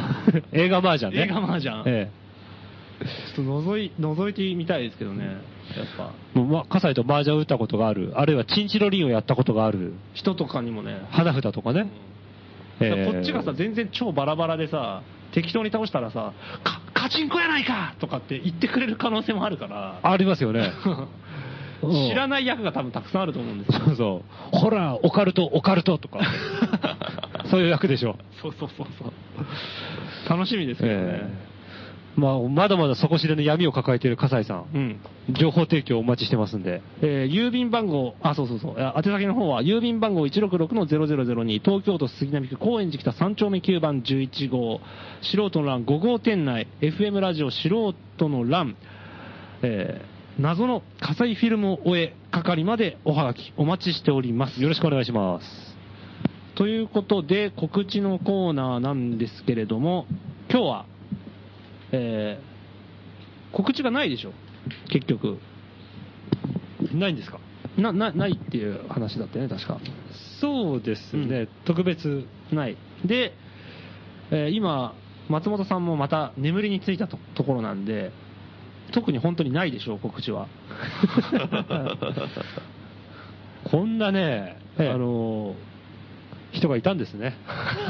映画麻雀ね。 映画麻雀。 ええ。ちょっと覗い、覗いてみたいですけどね。やっぱ。 もう、ま、葛西と麻雀を打ったことがある。あるいはチンチロリンをやったことがある。 人とかにもね。 花札とかね。 うん、えー、こっちがさ、全然超バラバラでさ、適当に倒したらさ、か、カチンコやないかとかって言ってくれる可能性もあるから。 ありますよね。 知らない役が多分たくさんあると思うんですよ。 そうそう。ほら、オカルト、オカルトとか。そういう役でしょ。 そうそうそうそう。楽しみですけどね。えー、まあ、まだまだ底知れぬ闇を抱えている葛西さん。 うん。 情報提供お待ちしてますんで。 えー、郵便番号、あ、そうそうそう。宛先の方は、郵便番号 いちろくろくのゼロゼロゼロに、東京都杉並区高円寺北さん丁目きゅうばんじゅういち号、素人の欄ご号店内、エフエム ラジオ素人の欄、えー、謎の火災フィルムを終え係までおはがきお待ちしております。 よろしくお願いします。 ということで告知のコーナーなんですけれども、今日は、えー、告知がないでしょ、結局。 ないんですか？ な、な、ないっていう話だったよね、確か。 そうですね、うん、特別ない。で、えー、今、松本さんもまた眠りについた と, ところなんで、特に本当にないでしょう、告知は。 こんなね、 ええ、 あのー、人がいたんですね。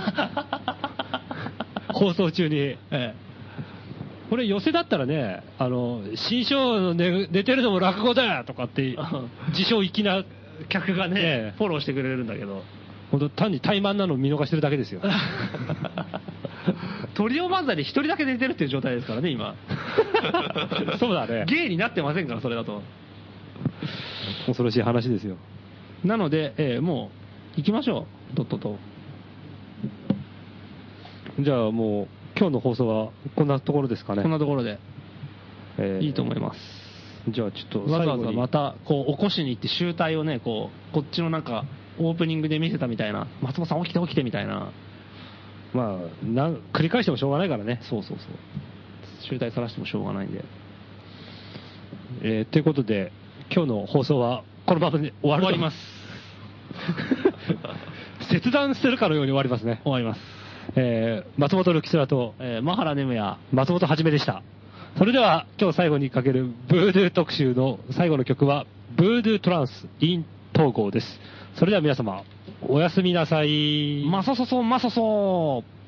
放送中に。ええ、これ寄せだったらね、あの、新章寝てるのも落語だよとかって、自称粋な客がね、 ええ、 フォローしてくれるんだけど。 本当単に怠慢なのを見逃してるだけですよ。 トリオ漫才で一人だけ寝てるっていう状態ですからね、今。 そうだね。 芸になってませんから、それだと。 恐ろしい話ですよ。 なので、えー、もう、行きましょう。とっとと。 じゃあもう、今日の放送はこんなところですかね。 こんなところで。 えー、 いいと思います。 じゃあちょっとわざわざまた、こう、起こしに行って集大をね、こう、こっちのなんか、オープニングで見せたみたいな、松本さん起きて起きてみたいな。 まあ、なん繰り返してもしょうがないからね。 そうそうそう。集大さらしてもしょうがないんで。 えー、ということで、今日の放送はこのままで終わる終わります。 切断するかのように終わりますね。 終わります。 えー、松本るきつらと、 えー、マハラネムヤ、 松本はじめでした。それでは、今日最後にかけるブードゥー特集の最後の曲は、ブードゥートランス in 統合です。それでは皆様、おやすみなさい。 マソソソマソソー。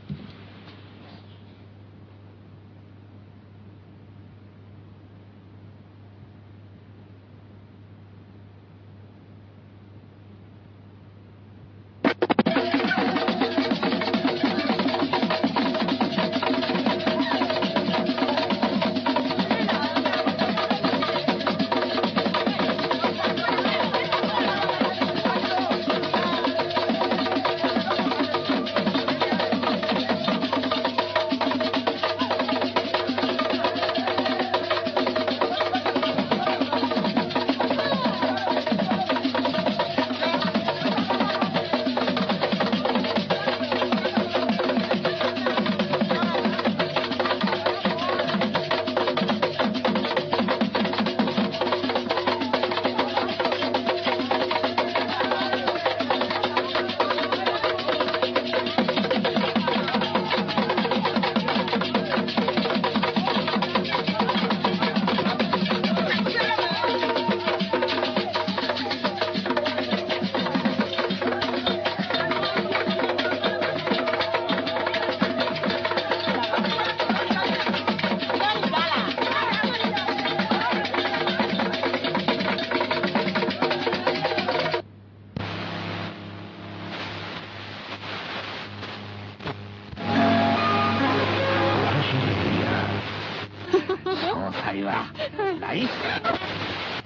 詳細は来週。